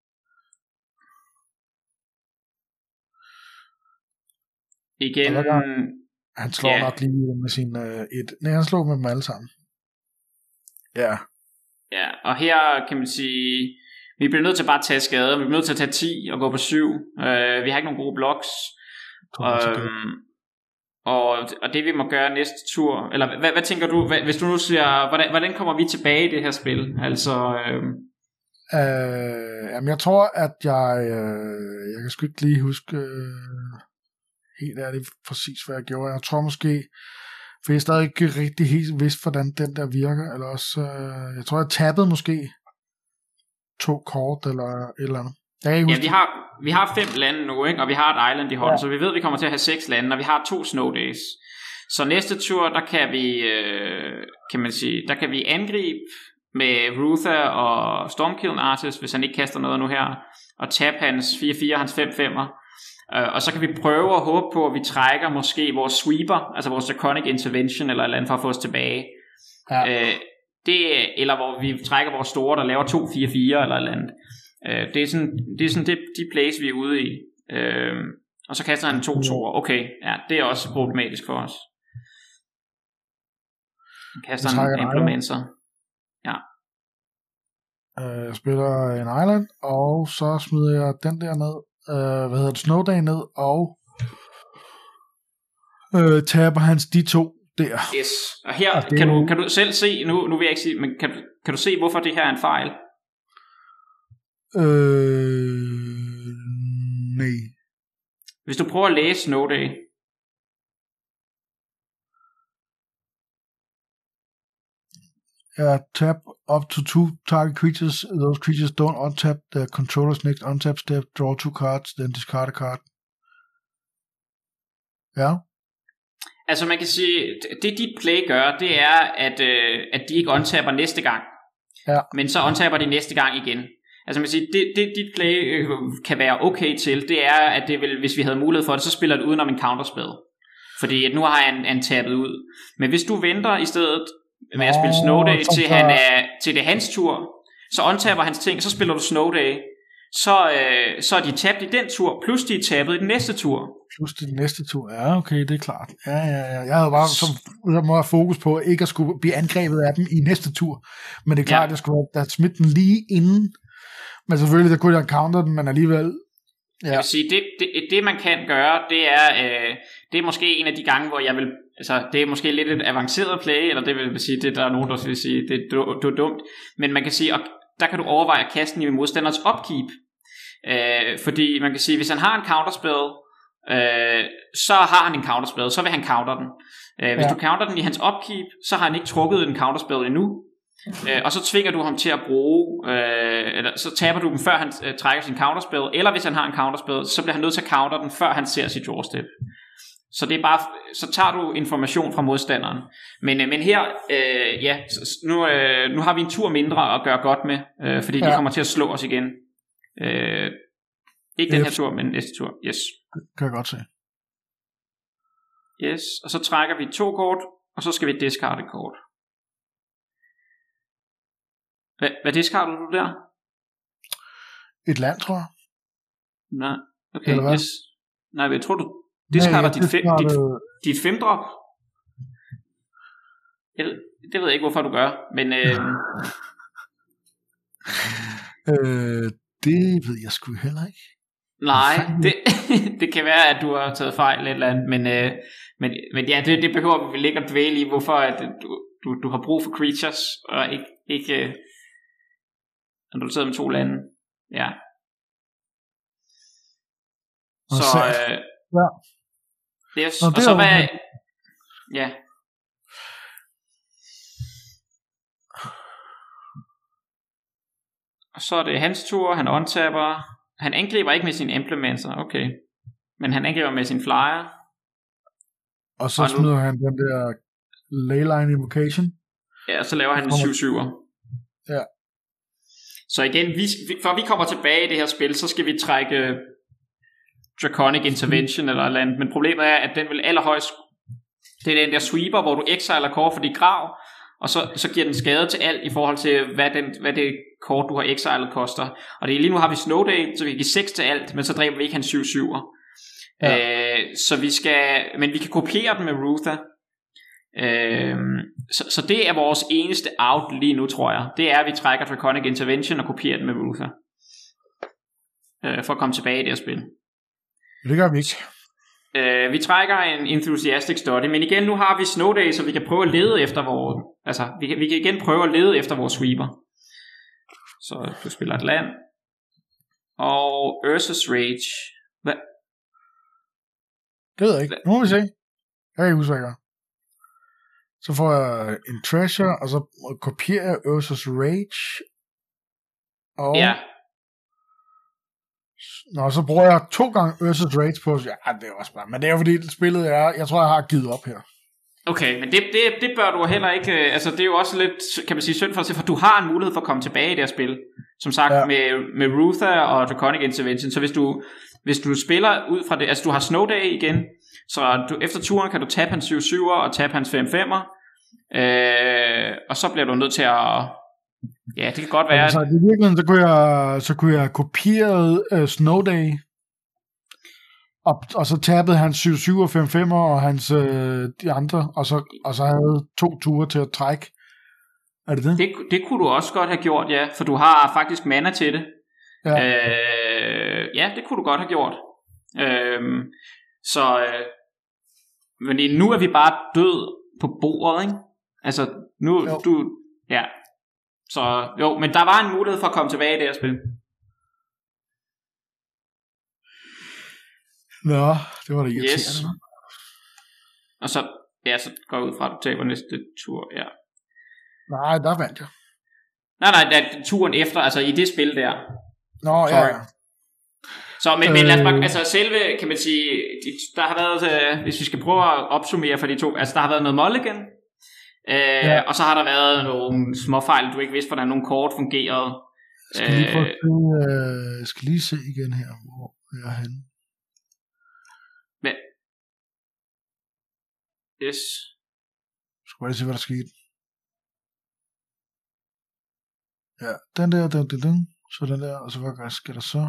Igen. Han slår nok lige med sin han slår med dem alle sammen. Ja. Ja, og her kan man sige, vi bliver nødt til bare at tage skade. Vi bliver nødt til at tage 10 og gå på 7. Vi har ikke nogen gode blocks. Og det vi må gøre næste tur, eller hvad tænker du, hvis du nu siger, hvordan kommer vi tilbage i det her spil? Altså jamen jeg tror, at jeg kan sgu ikke lige huske helt ærligt præcis, hvad jeg gjorde. Jeg tror måske, for jeg stadig ikke rigtig helt vidst, hvordan den der virker, eller også, jeg tror, jeg tabbede måske 2 kort, eller et eller andet. Vi har 5 lande nu, ikke? Og vi har et island i hånden, så vi ved, at vi kommer til at have 6 lande, og vi har 2 snow days. Så næste tur, der kan vi, kan man sige, der kan vi angribe med Ruther og Stormkiln Artist, hvis han ikke kaster noget nu her, og tabe hans 4-4, hans 5-5'er. Og så kan vi prøve at håbe på, at vi trækker måske vores sweeper, altså vores Draconic Intervention, eller et eller andet for at få os tilbage. Ja. Eller hvor vi trækker vores store, der laver 2-4-4, eller et eller andet. Det er sådan de plays, vi er ude i. Og så kaster han 2-2'er. Okay, ja, det er også problematisk for os. Han kaster en Implementor. Ja. Jeg spiller en island, og så smider jeg den der ned. Snowday ned, og taber hans de 2 der. Yes. Og her kan du selv se, nu vil jeg ikke sige, men kan du se, hvorfor det her er en fejl? Nej. Hvis du prøver at læse Snowday. Tap up to 2 target creatures. Those creatures don't untap the controller's next untap step. Draw 2 cards, then discard a card. Ja. Altså man kan sige, det dit play gør, det er, at de ikke untapper næste gang. Ja. Men så untapper de næste gang igen. Altså man kan sige, det dit play kan være okay til, det er, at det vil, hvis vi havde mulighed for det, så spiller det udenom en counterspil. Fordi at nu har han tappet ud. Men hvis du venter i stedet med at spille Snowday til det er hans tur, så untapper hans ting, så spiller du Snowday, så er de tabt i den tur, plus de er tabet i den næste tur. Ja, okay, det er klart. Ja. Jeg havde bare så må have fokus på ikke at skulle blive angrebet af dem i næste tur. Men det er klart, at jeg skulle have smidt den lige inden. Men selvfølgelig, der kunne jeg counter den, men alligevel... Ja. Jeg vil sige, det man kan gøre, det er måske en af de gange, hvor jeg vil altså det er måske lidt et avanceret play, eller det vil sige, det der er nogen, der vil sige, det er dumt, men man kan sige, og der kan du overveje at kaste den i modstanders upkeep, fordi man kan sige, hvis han har en counterspell, så har han en counterspell, så vil han counter den. Hvis du counter den i hans upkeep, så har han ikke trukket en counterspell endnu, og så tvinger du ham til at bruge, eller så taber du dem før han trækker sin counterspell, eller hvis han har en counterspell, så bliver han nødt til at counter den før han ser sit doorstep. Så det er bare, så tager du information fra modstanderen. Men her, nu har vi en tur mindre at gøre godt med, fordi de kommer til at slå os igen. Ikke den her tur, men næste tur. Yes. Kan jeg godt se. Yes, og så trækker vi 2 kort, og så skal vi discarde et kort. Hvad discarder du der? Et land, tror jeg. Nej, okay, yes. Nej, jeg tror du discarder dit 5-drop. Det ved jeg ikke, hvorfor du gør, men... det ved jeg sgu heller ikke. Nej, det kan være, at du har taget fejl eller et eller andet, men ja, det behøver vi ikke at dvæle i, hvorfor at du har brug for creatures, og ikke når du sidder med 2 lande. Ja. Så, ja. Yes, og så hvad... Ja. Og så er det hans tur, han untapper. Han angriber ikke med sin implementer, okay. Men han angriber med sin flyer. Og så smider han den der Leyline Invocation. Ja, så laver han en 7-7'er. Ja. Så igen, for vi kommer tilbage i det her spil, så skal vi trække Draconic Intervention eller et eller andet. Men problemet er, at den vil allerhøjst... Det er den der sweeper, hvor du exiler kort for de grav, og så giver den skade til alt i forhold til, hvad det kort, du har exilet, koster. Og det er lige nu har vi Snowday, så vi kan give 6 til alt, men så dræber vi ikke hans 7-7'er. Ja. Så vi skal... Men vi kan kopiere den med Ruther. Så det er vores eneste out lige nu, tror jeg. Det er, at vi trækker Draconic Intervention og kopierer den med Ruther. For at komme tilbage i det her spil. Det gør vi ikke. Vi trækker en Enthusiastic Study, men igen, nu har vi Snowday, så vi kan prøve at lede efter vores... Altså, vi kan igen prøve at lede efter vores sweeper. Så du spiller et land. Og Urza's Rage. Hvad? Det ved jeg ikke. Nu må vi se. Jeg er ikke usikker. Så får jeg en Treasure, og så kopierer jeg Urza's Rage. Og... Ja. Nå, så bruger jeg 2 gange Urza's Rage på... Ja, det er også bare... Men det er jo fordi, spillet er... Jeg tror, jeg har givet op her. Okay, men det bør du heller ikke... Altså, det er jo også lidt, kan man sige, synd for du har en mulighed for at komme tilbage i det her spil. Som sagt, ja. med Ruther og Draconic Intervention. Så hvis du spiller ud fra det... Altså, du har Snowday igen. Så efter turen kan du tabe hans 7-7'er og tabe hans 5-5'er. Og så bliver du nødt til at... Ja, det kan godt være. Altså, i virkeligheden, så kunne jeg kopiere Snowday, og så tabede han 7-7 og 5-5'er og hans de andre, og så havde 2 ture til at trække. Er det det? Det kunne du også godt have gjort, ja, for du har faktisk mana til det. Ja, ja, det kunne du godt have gjort. Men nu er vi bare død på bordet, ikke? Altså, nu ja. Så jo, men der var en mulighed for at komme tilbage i det her spil. Nå, det var det irriterende. Yes. Og så går jeg ud fra, at du taber næste tur, ja. Nej, der vandt jeg. Nej, turen efter, altså i det spil der. Nå, ja. Så, men lad os bare, altså selve, kan man sige, der har været, hvis vi skal prøve at opsummere for de to, altså der har været noget mulligan, og så har der været nogle småfejl, du ikke vidste, hvordan nogle kort fungerede. Jeg skal lige se igen her, hvor jeg er henne. Men, yes. Skal bare lige se, hvad der skete. Ja, den der, så den der, og så hvad skal der så?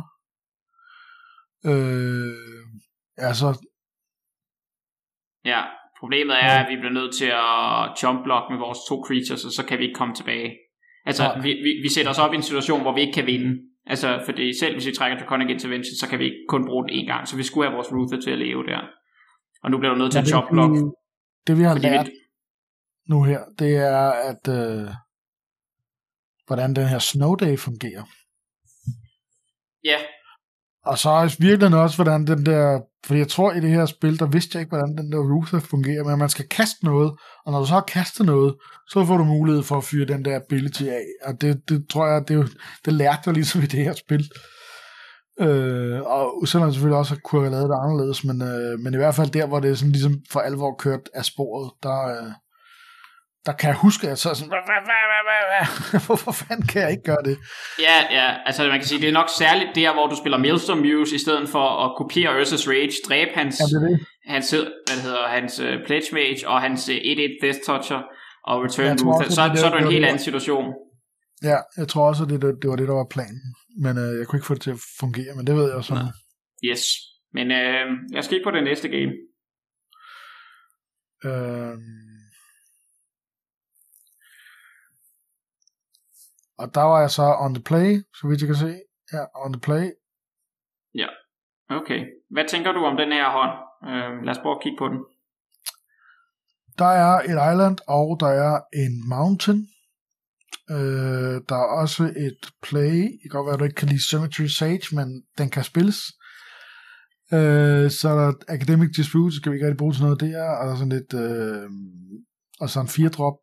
Ja, problemet er, at vi bliver nødt til at jump block med vores 2 creatures, og så kan vi ikke komme tilbage. Altså, vi sætter os op i en situation, hvor vi ikke kan vinde. Altså, fordi selv hvis vi trækker Draconic Intervention, så kan vi ikke kun bruge den 1 gang, så vi skulle have vores Ruther til at leve der. Og nu bliver du nødt til at jump block. det vi har lært nu her, det er, at hvordan den her Snow Day fungerer. Ja. Og så virkelig også, hvordan den der, fordi jeg tror i det her spil, der vidste jeg ikke, hvordan den der Ruther fungerer, men man skal kaste noget, og når du så har kastet noget, så får du mulighed for at fyre den der ability af, og det tror jeg, det lærte jeg ligesom i det her spil. Og selvom jeg selvfølgelig også kunne have lavet det anderledes, men i hvert fald der, hvor det er sådan ligesom for alvor kørt af sporet, der kan jeg huske, at så er sådan, hvorfor fanden kan jeg ikke gøre det? Ja, altså man kan sige, det er nok særligt der, hvor du spiller Maelstrom Muse, i stedet for at kopiere Urza's Rage, dræbe hans Pledge Mage, og hans 1-1 Death Toucher, og Return Ruther, så er du en helt anden situation. Ja, jeg tror også, at det var det, der var planen, men jeg kunne ikke få det til at fungere, men det ved jeg også. Yes, men jeg skal kigge på det næste game. Og der var jeg så on the play, så vidt jeg kan se. Ja, on the play. Ja, okay. Hvad tænker du om den her hånd? Lad os prøve at kigge på den. Der er et island, og der er en mountain. Der er også et play. Det kan godt være, at du ikke kan lide Symmetry Sage, men den kan spilles. Så er der Academic Dispute, så skal vi ikke rigtig bruge til noget der. Og der er sådan lidt... og så en 4-drop.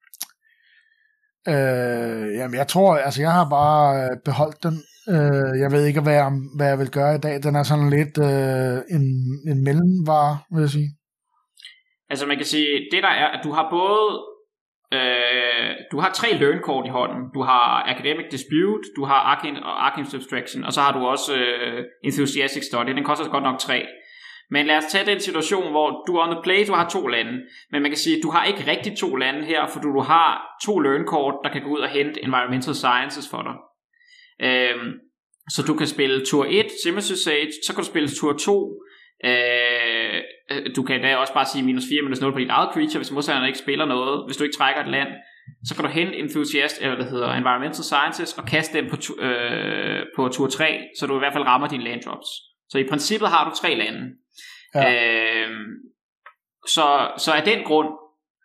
Jamen jeg tror, altså jeg har bare beholdt den. Jeg ved ikke, hvad jeg vil gøre i dag. Den er sådan lidt en mellemvare, vil jeg sige. Altså man kan sige, det der er, at du har både du har 3 learn-kort i hånden. Du har Academic Dispute, du har Arcane Subtraction, og så har du også Enthusiastic Study. Den koster godt nok 3. Men lad os tage den situation, hvor du on the play, du har 2 lande. Men man kan sige, at du har ikke rigtig 2 lande her, for du har 2 learn-kort, der kan gå ud og hente Environmental Sciences for dig. Så du kan spille tur 1, Symmetry Sage, så kan du spille tur 2. Du kan da også bare sige -4, -0 på dit eget creature, hvis modstanderen ikke spiller noget. Hvis du ikke trækker et land, så kan du hente Environmental Sciences og kaste dem på tur 3, så du i hvert fald rammer dine land drops. Så i princippet har du 3 lande. Ja. Så af den grund,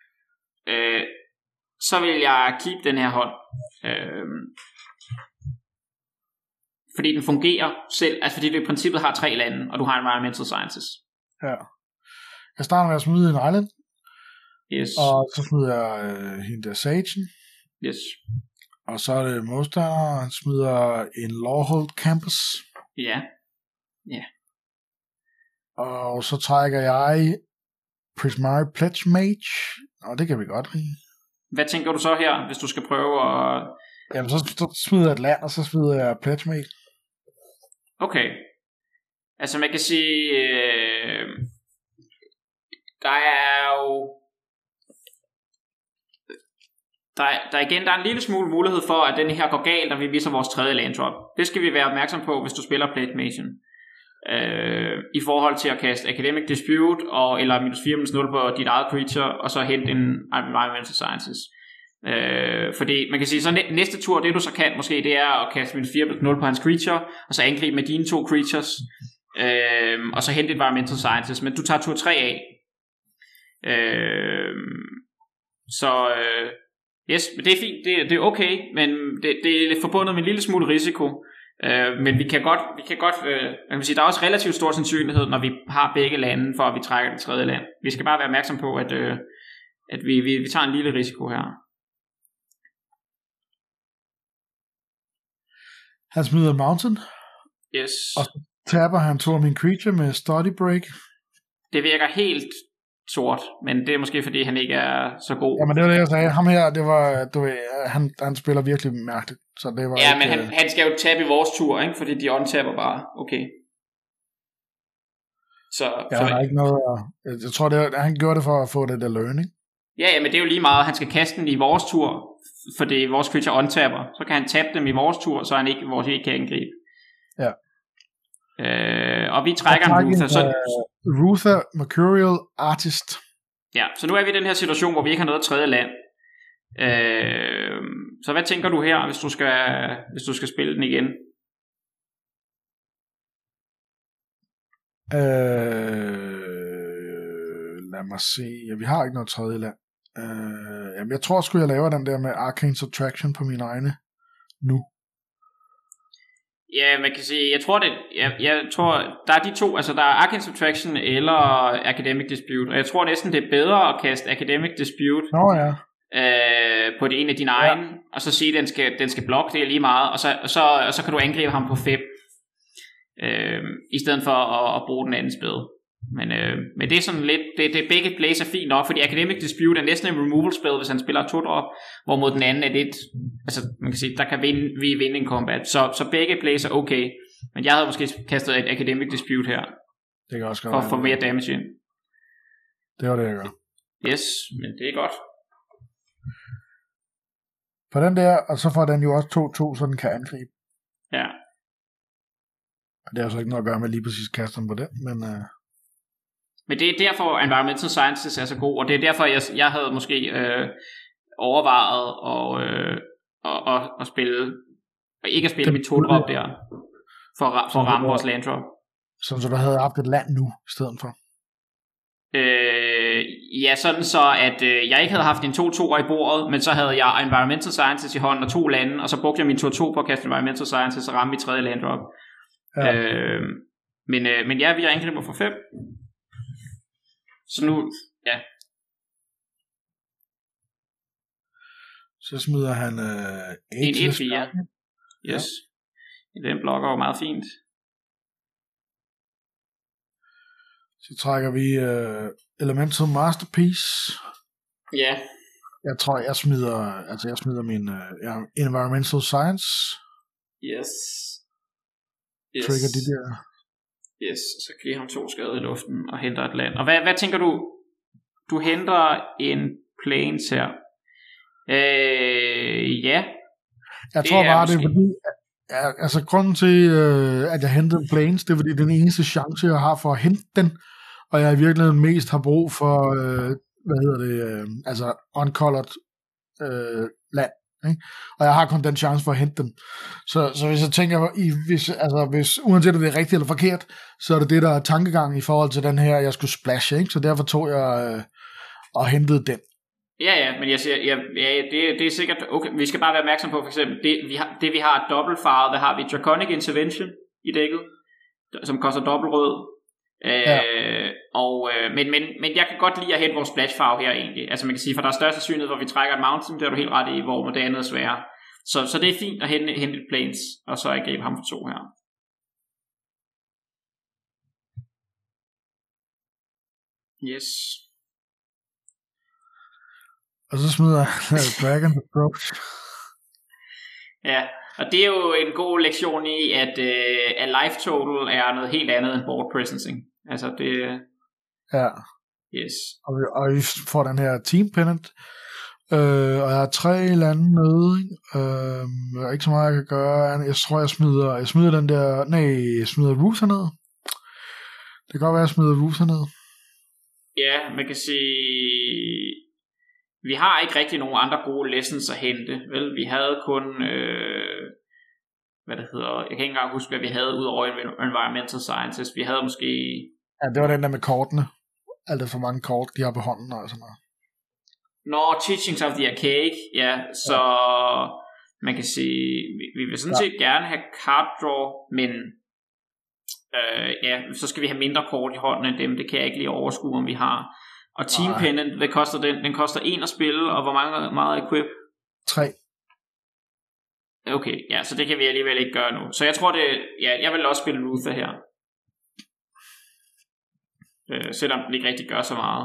så vil jeg keep den her hånd. Fordi den fungerer selv, altså fordi du i princippet har 3 lande, og du har Environmental Sciences. Ja. Jeg starter med at smide en island. Yes. Og så smider jeg hende der Sagen. Yes. Og så er det modstander, han smider en Lawhold Campus. Ja. Ja. Og så trækker jeg Prismari Pledge Mage. Og det kan vi godt lide. Hvad tænker du så her, hvis du skal prøve at... Jamen så smider jeg et land, og så smider jeg Pledge Mage. Okay. Altså man kan sige, der er jo... Der er en lille smule mulighed for, at den her går galt, og vi viser vores 3. land drop. Det skal vi være opmærksom på, hvis du spiller Pledge Mage. I forhold til at kaste Academic Dispute eller -4/-0 på dit eget creature, og så hente en Environmental Sciences. Fordi man kan sige, så næste tur, det du så kan måske, det er at kaste -4/-0 på hans creature, og så angribe med dine 2 creatures, og så hente Environmental Sciences, men du tager tur 3 af. Yes, men det er fint, det er okay, men det er forbundet med en lille smule risiko. Men vi kan godt man kan sige, der er også relativt stor sandsynlighed, når vi har begge lande, for at vi trækker det 3. land. Vi skal bare være opmærksom på, at vi tager en lille risiko her. Han smider Mountain. Yes. Og så tapper han 2 af mine creature med Study Break. Det virker helt sort, men det er måske fordi han ikke er så god. Ja, men det var det jeg sagde. Ham her, han spiller virkelig mærkeligt. Så det var ja, ikke, men han skal jo tabe i vores tur, ikke? Fordi de on-tapper bare. Okay. Ja, der er ikke noget. Jeg tror han gjorde det for at få det der learning. Ja, men det er jo lige meget. Han skal kaste den i vores tur, fordi vores creature on-tapper. Så kan han tabe dem i vores tur, så han vores ikke kan angribe. Ja. Og vi trækker en Ruther. Ruther Mercurial Artist. Ja, så nu er vi i den her situation, hvor vi ikke har noget 3. land. Så hvad tænker du her, hvis du skal spille den igen? lad mig se. Ja, vi har ikke noget tredje land. Jamen, jeg tror sgu, jeg laver den der med Arcane Subtraction på mine egne nu. Ja, man kan sige, jeg tror, der er de to, altså der er Arcane Subtraction eller Academic Dispute, og jeg tror næsten, det er bedre at kaste Academic Dispute på det ene af dine egne, og så sige, at den skal blokke det lige meget, og så kan du angribe ham på 5, i stedet for at bruge den anden spil. Men det er sådan lidt, det begge plays er fint nok, fordi Academic Dispute er næsten en removal spil, hvis han spiller 2-drop, hvorimod den anden er lidt, altså man kan sige, der kan vi vinde en combat, så begge plays er okay, men jeg havde måske kastet et Academic Dispute her, det kan også for at få mere damage ind. Det var det, jeg gør. Yes, men det er godt. For den der, og så får den jo også 2-2, så den kan angribe. Ja. Det har så ikke noget at gøre med lige præcis kasten på den, Men det er derfor Environmental Sciences er så god, og det er derfor jeg havde måske overvejet at spille, og ikke at spille mit 2-drop der, for at ramme vores land drop. Så du havde haft et land nu i stedet for? Ja, sådan så at jeg ikke havde haft en 2-2'er i bordet, men så havde jeg Environmental Sciences i hånden og 2 lande, og så brugte jeg min 2-2 på at kaste Environmental Sciences og ramme mit 3. land drop. Ja. Men ja, vi har angriber for 5. Så nu, ja. Så smider han en 1-4. Yes. Ja. Den blokker jo meget fint. Så trækker vi Elemental Masterpiece. Ja. Jeg tror, jeg smider min Environmental Science. Yes. Trigger de der. Yes, så giver ham 2 skade i luften og henter et land. Og hvad tænker du? Du henter en planes her. Ja. Jeg tror bare, det er fordi, altså grunden til, at jeg hentede planes, det er fordi, det er den eneste chance, jeg har for at hente den, og jeg i virkeligheden mest har brug for, altså uncolored land. Ikke? Og jeg har kun den chance for at hente dem. Så hvis jeg tænker, hvis uanset om det er rigtigt eller forkert, så er det der er tankegang i forhold til den her, jeg skulle splashe, ikke? Så derfor tog jeg og hentede den. Ja, men jeg siger, det er sikkert okay. Vi skal bare være opmærksom på, for eksempel det vi har dobbeltfarvet, der har vi Draconic Intervention i dækket, som koster dobbeltrød. Men jeg kan godt lide at hente vores splashfarve her egentlig. Altså man kan sige, for der er størst sandsynlighed, hvor vi trækker et mountain, det er du helt ret i, hvor det andet er sværere. Så det er fint at hente et planes, og så angribe ham for 2 her. Yes. Og så smider Dragon Approach. Ja, og det er jo en god lektion i, at life total er noget helt andet end board presencing. Altså det... Ja. Yes. Og vi får den her team pennant. Og jeg har 3 lande med. Ikke så meget jeg kan gøre. Jeg tror jeg smider den der. Jeg smider Roos herned. Det kan godt være jeg smider Roos herned. Ja, man kan sige, vi har ikke rigtig nogen andre gode lessons at hente. Vel, vi havde kun hvad det hedder. Jeg kan ikke engang huske hvad vi havde ud over Environmental Sciences. Vi havde måske. Ja, det var den der med kortene. Alt det for mange kort de har på hånden og sådan noget. Teachings of the Archaic. Ja, så man kan sige, vi vil sådan set gerne have card draw, men så skal vi have mindre kort i hånden end dem. Det kan jeg ikke lige overskue, om vi har. Og Team Pennant, hvad koster den? Den koster 1 at spille, og hvor meget equip? 3. Okay, ja, så det kan vi alligevel ikke gøre nu. Så jeg tror jeg vil også spille Luther her. Selvom den ikke rigtig gør så meget.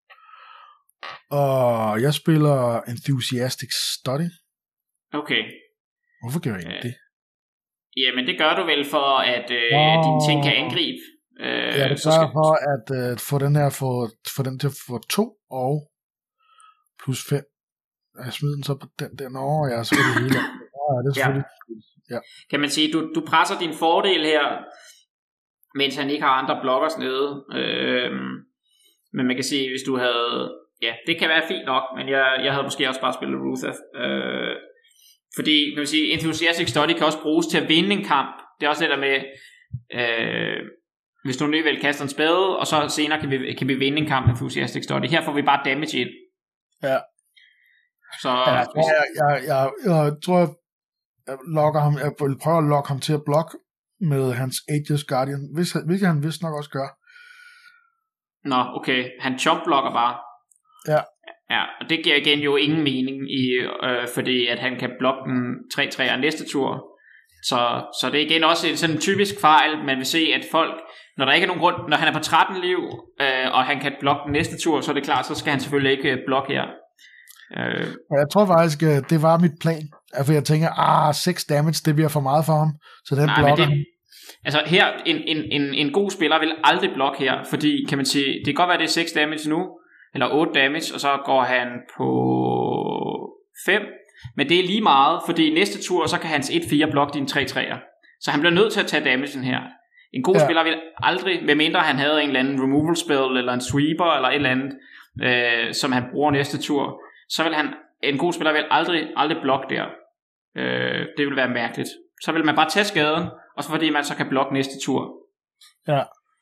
Og jeg spiller Enthusiastic Study. Okay. Hvorfor gør jeg ikke det? Jamen det gør du vel for at dine ting kan angribe. Ja, det gør jeg for at få den til at få 2 og plus 5. Jeg smider den så på den der. Jeg har selvfølgelig det hele. Det er selvfølgelig. Ja. Kan man sige, du presser din fordel her, mens han ikke har andre blokkers nede. Men man kan sige, hvis du havde... Ja, det kan være fint nok, men jeg havde måske også bare spillet Ruther. Fordi, kan man sige, Enthusiastic Study kan også bruges til at vinde en kamp. Det er også det der med... Hvis du alligevel kaster en spade, og så senere kan vi vinde en kamp med Enthusiastic Study. Her får vi bare damage ind. Ja. Så jeg tror, jeg lokker ham. Jeg vil prøve at lokke ham til at blokke med hans Aegis Guardian, hvilket han vist nok også gør. Nå, okay. Han chomp-blokker bare. Ja. Ja, og det giver igen jo ingen mening, fordi at han kan blokke den 3-3'er næste tur. Så det er igen også sådan en typisk fejl, man vil se, at folk, når der ikke er nogen grund, når han er på 13 liv, og han kan blokke den næste tur, så er det klart, så skal han selvfølgelig ikke blokke her. Jeg tror faktisk, det var mit plan. For jeg tænker, 6 damage, det bliver for meget for ham, så den blokker han. Altså her, en god spiller vil aldrig blokke her, fordi kan man sige, det kan godt være, det er 6 damage nu, eller 8 damage, og så går han på 5, men det er lige meget, fordi næste tur, så kan hans 1-4 blokke dine 3-3'er. Så han bliver nødt til at tage damagen her. En god spiller vil aldrig, medmindre han havde en eller anden removal spell, eller en sweeper, eller et eller andet, som han bruger næste tur, så vil en god spiller vil aldrig blokke der. Det vil være mærkeligt. Så vil man bare tage skaden, og så fordi man så kan blokke næste tur. Ja.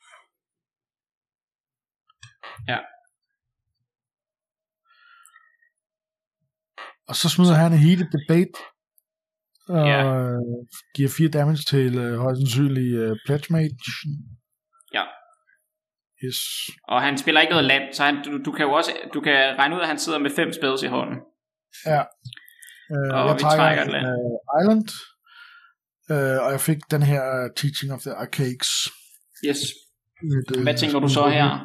Ja. Og så smider han en heated debate, og giver 4 damage til højst sandsynlig Pledge Mage. Ja. Yes. Og han spiller ikke noget land, så du kan jo også regne ud, at han sidder med 5 spells i hånden. Ja. Og jeg vi trækker et land. Island, og jeg fik den her Teaching of the Archaics. Yes. Hvad tænker du så her?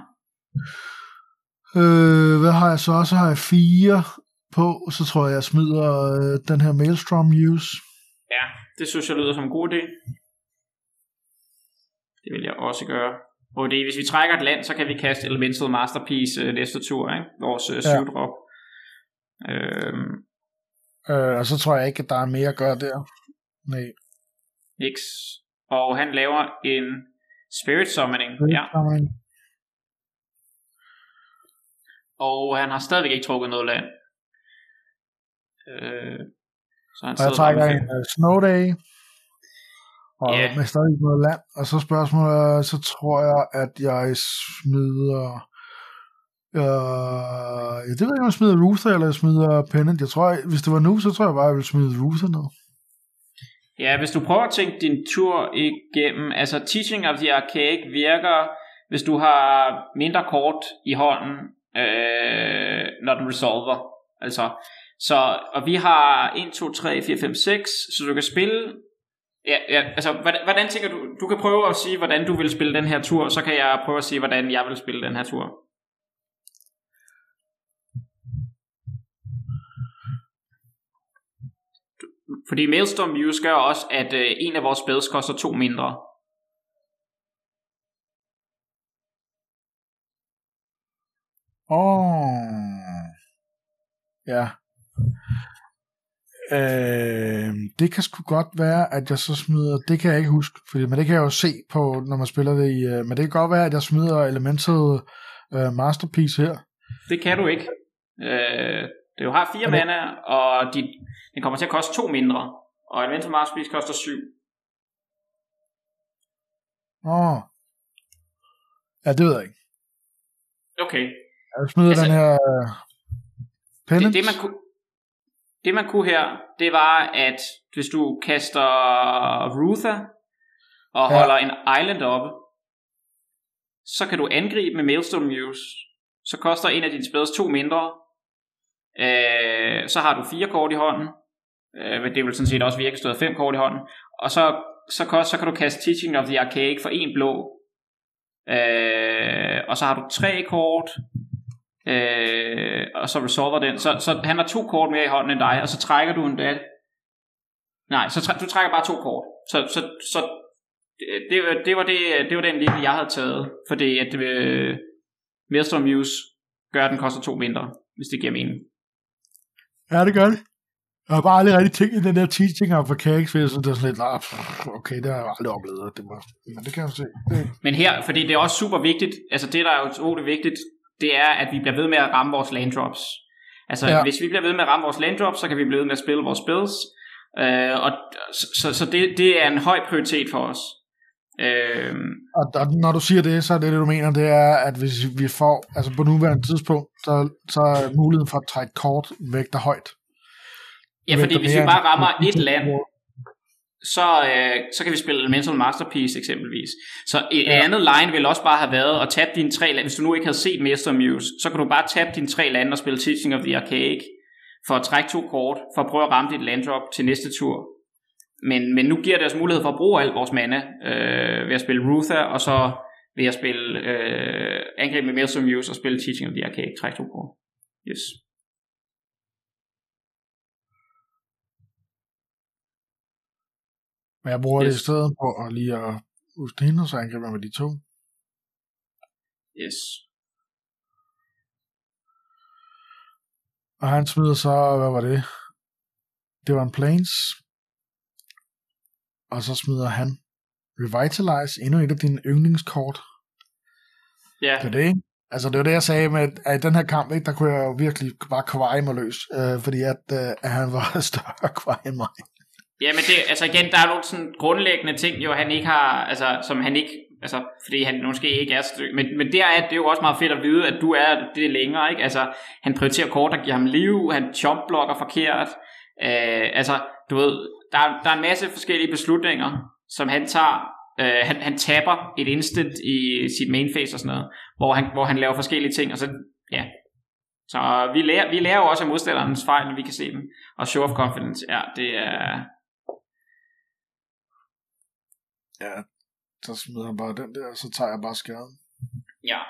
Hvad har jeg så? Så har jeg 4 på, så tror jeg smider den her Maelstrom Use. Ja, det synes jeg lyder som en god idé. Det vil jeg også gøre. Og hvis vi trækker et land, så kan vi kaste Elemental Masterpiece næste tur, ikke? Vores 7-drop. Og så tror jeg ikke, at der er mere at gøre der. Nej. X. Og han laver en Spirit Summoning. Og han har stadigvæk ikke trukket noget land. Så han jeg trækker en Snow Day. Og med stadig noget land. Og så spørgsmålet, så tror jeg, at jeg smider... det ved jeg ikke, om jeg smider Ruther, eller jeg smider Pennant. Jeg tror, hvis det var nu, så tror jeg bare, jeg ville smide Ruther ned. Ja, hvis du prøver at tænke din tur igennem, altså Teaching of the Archaic virker, hvis du har mindre kort i hånden, når den resolver. Altså, og vi har 1, 2, 3, 4, 5, 6, så du kan spille... Ja, altså, hvordan tænker du? Du kan prøve at sige, hvordan du vil spille den her tur, så kan jeg prøve at sige, hvordan jeg vil spille den her tur. Fordi Maelstrom Use gør også, at en af vores spells koster 2 mindre. Ja. Det kan sgu godt være, at jeg så smider, det kan jeg ikke huske, men det kan jeg jo se på, når man spiller det i, men det kan godt være, at jeg smider Elemental Masterpiece her. Det kan du ikke. Det jo har 4 mana, og den kommer til at koste 2 mindre, og Elemental Masterpiece koster 7. Ja, det ved jeg ikke. Okay. Jeg smider den her Pennant. Det man kunne her, det var, at hvis du kaster Ruther og holder en island oppe, så kan du angribe med Maelstrom Use. Så koster en af dine spells 2 mindre. Så har du 4 kort i hånden. Det vil sådan set også virke, stået 5 kort i hånden. Og så kan du kaste Teaching of the Archaic for 1 blå. Og så har du 3 kort. Og så resolver den. Så han har 2 kort mere i hånden end dig, og så trækker du en dag. Nej, du trækker bare 2 kort. Så det var den linje, jeg havde taget, fordi at Maelstrom Use gør, at den koster 2 mindre, hvis det giver mening. Ja, det gør det. Jeg har bare aldrig rigtig tænkt i den der teaching of Archaics, fordi det er sådan lidt, okay, det har jeg aldrig oplevet. Men det kan jeg se. Men her, fordi det er også super vigtigt, altså det, der er utroligt vigtigt, det er, at vi bliver ved med at ramme vores land drops. Altså, hvis vi bliver ved med at ramme vores land drops, så kan vi blive ved med at spille vores spells. Og så det er en høj prioritet for os. Og når du siger det, så er det du mener, det er, at hvis vi får, altså på nuværende tidspunkt, så er muligheden for at trække kort vægter højt. Ja, fordi hvis vi bare rammer et land, så kan vi spille Elemental Masterpiece eksempelvis. Så et andet line vil også bare have været at tabe dine 3 lande. Hvis du nu ikke havde set Master Muse, så kan du bare tabe dine 3 lande og spille Teaching of the Archaic for at trække 2 kort, for at prøve at ramme dit landdrop til næste tur. Men nu giver det os mulighed for at bruge al vores mana ved at spille Rutha, og så ved at spille angreb med Master Muse og spille Teaching of the Archaic, trække 2 kort. Yes. Men jeg bruger det i stedet på at lige at huske hende, så angriber med de 2. Yes. Og han smider så, hvad var det? Det var en Plains. Og så smider han Revitalize, endnu et af dine yndlingskort. Ja. Det er det, ikke? Altså det var det, jeg sagde med, at i den her kamp, ikke, der kunne jeg jo virkelig bare kveje mig løs, fordi at han var større kveje end mig. Ja, men det, altså igen, der er nogle sådan grundlæggende ting, jo han ikke har, altså som han ikke, altså fordi han måske ikke er men det er jo også meget fedt at vide, at du er det længere, ikke? Altså han prioriterer kort, der giver ham liv, han chompblokker forkert, altså du ved, der er en masse forskellige beslutninger, som han tager. Han tapper et instant i sit main phase og sådan noget, hvor han laver forskellige ting, og så ja. Så vi lærer jo også af modstanderens fejl, når vi kan se dem. Og show of confidence, ja, det er... Ja, så smider han bare den der, og så tager jeg bare skaden. Ja.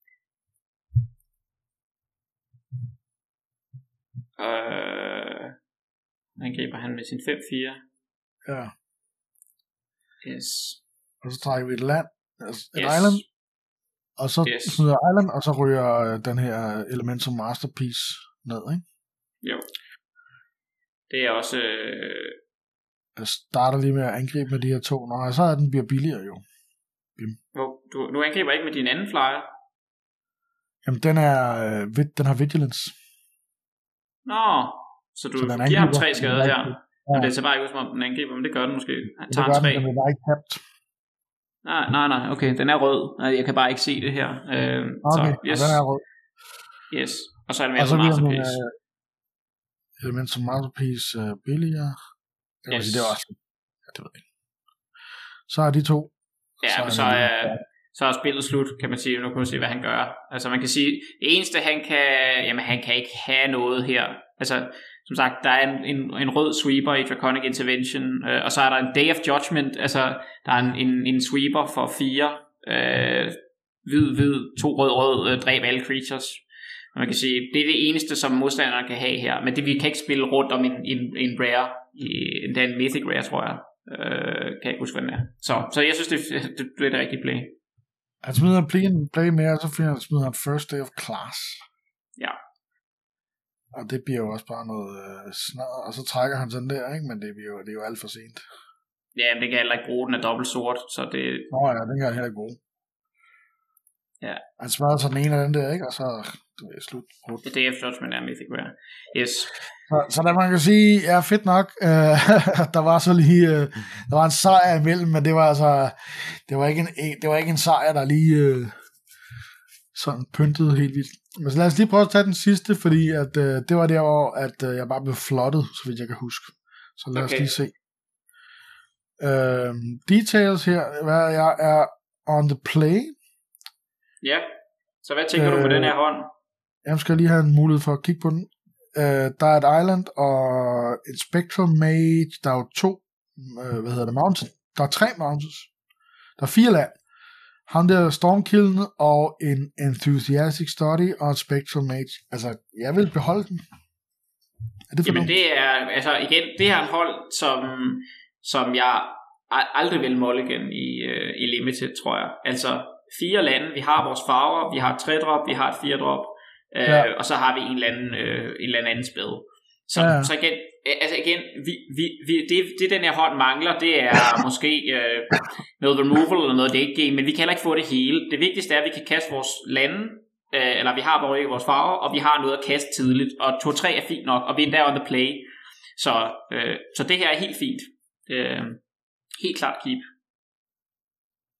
Angriber han med sin 5-4. Ja. Yes. Og så trækker vi et land, altså et island, og så smider island, og så ryger den her Elemental Masterpiece ned, ikke? Jo. Det er også... Jeg starter lige med at angribe med de her 2, og så er den bliver billigere jo. Bim. Du angriber ikke med din anden flyer? Jamen den har vigilance. Nå, så du giver ham 3 skader her. Ja. Men det ser bare ikke ud som om den angriber, men det gør den måske. Han tager en 3. Den er bare ikke tabt. Nej, okay, den er rød. Jeg kan bare ikke se det her. Okay, så, yes. Den er rød. Yes, og så er det Elemental Masterpiece. Elemental Masterpiece billigere. Yes. Det er også... Det ved jeg ikke. Så er de 2. Ja, men så er spillet slut, kan man sige. Nu kan man se, hvad han gør. Altså man kan sige, det eneste han kan ikke have noget her. Altså, som sagt, der er en rød sweeper i Draconic Intervention, og så er der en Day of Judgment, altså der er en sweeper for 4, hvid, 2 rød, dræb alle creatures. Og man kan sige, det er det eneste, som modstanderne kan have her, men det vi kan ikke spille rundt om en rare, endda en mythic rare, tror jeg. Kan jeg ikke huske, hvad den er. Så jeg synes, det er det rigtige play. Han smider en play mere, og så smider han First Day of Class. Ja. Og det bliver jo også bare noget snart, og så trækker han sådan der, ikke? Men det er jo alt for sent. Ja, men det kan heller ikke bruge, den er dobbelt sort, så det... Nå ja, den kan jeg heller ikke bruge. Ja. Han smadrer så den ene af den der, ikke? Og så det er slut. Det er Judgment er Mythic Rare. Yes. Så der man kan sige, ja, fedt nok. Der var så lige, der var en sejr imellem, men det var altså, det var ikke en sejr, der lige sådan pyntede helt vildt. Men så lad os lige prøve at tage den sidste, fordi at, det var der, hvor at, jeg bare blev flottet, så vidt jeg kan huske. Så lad os lige se. Details her, hvad jeg er on the play. Ja, så hvad tænker du på den her hånd? Jeg skal lige have en mulighed for at kigge på den. Der er et island og et spectral mage. Der er jo 2 mountains. Der er 3 mountains. Der er 4 land. Ham der Stormkilden og en enthusiastic study og et spectral mage. Altså, jeg vil beholde den. Er det for Jamen det er, altså igen, det her er en hold, som jeg aldrig vil mulligan i Limited, tror jeg. Altså 4 lande, vi har vores farver, vi har et 3-drop, vi har et 4-drop, og så har vi en eller anden spil. Så igen, altså igen, det den her hånd mangler, det er måske noget removal eller noget late game, men vi kan heller ikke få det hele. Det vigtigste er, at vi kan kaste vores lande, eller vi har vores farver, og vi har noget at kaste tidligt, og 2-3 er fint nok, og vi er der on the play. Så det her er helt fint. Helt klart keep.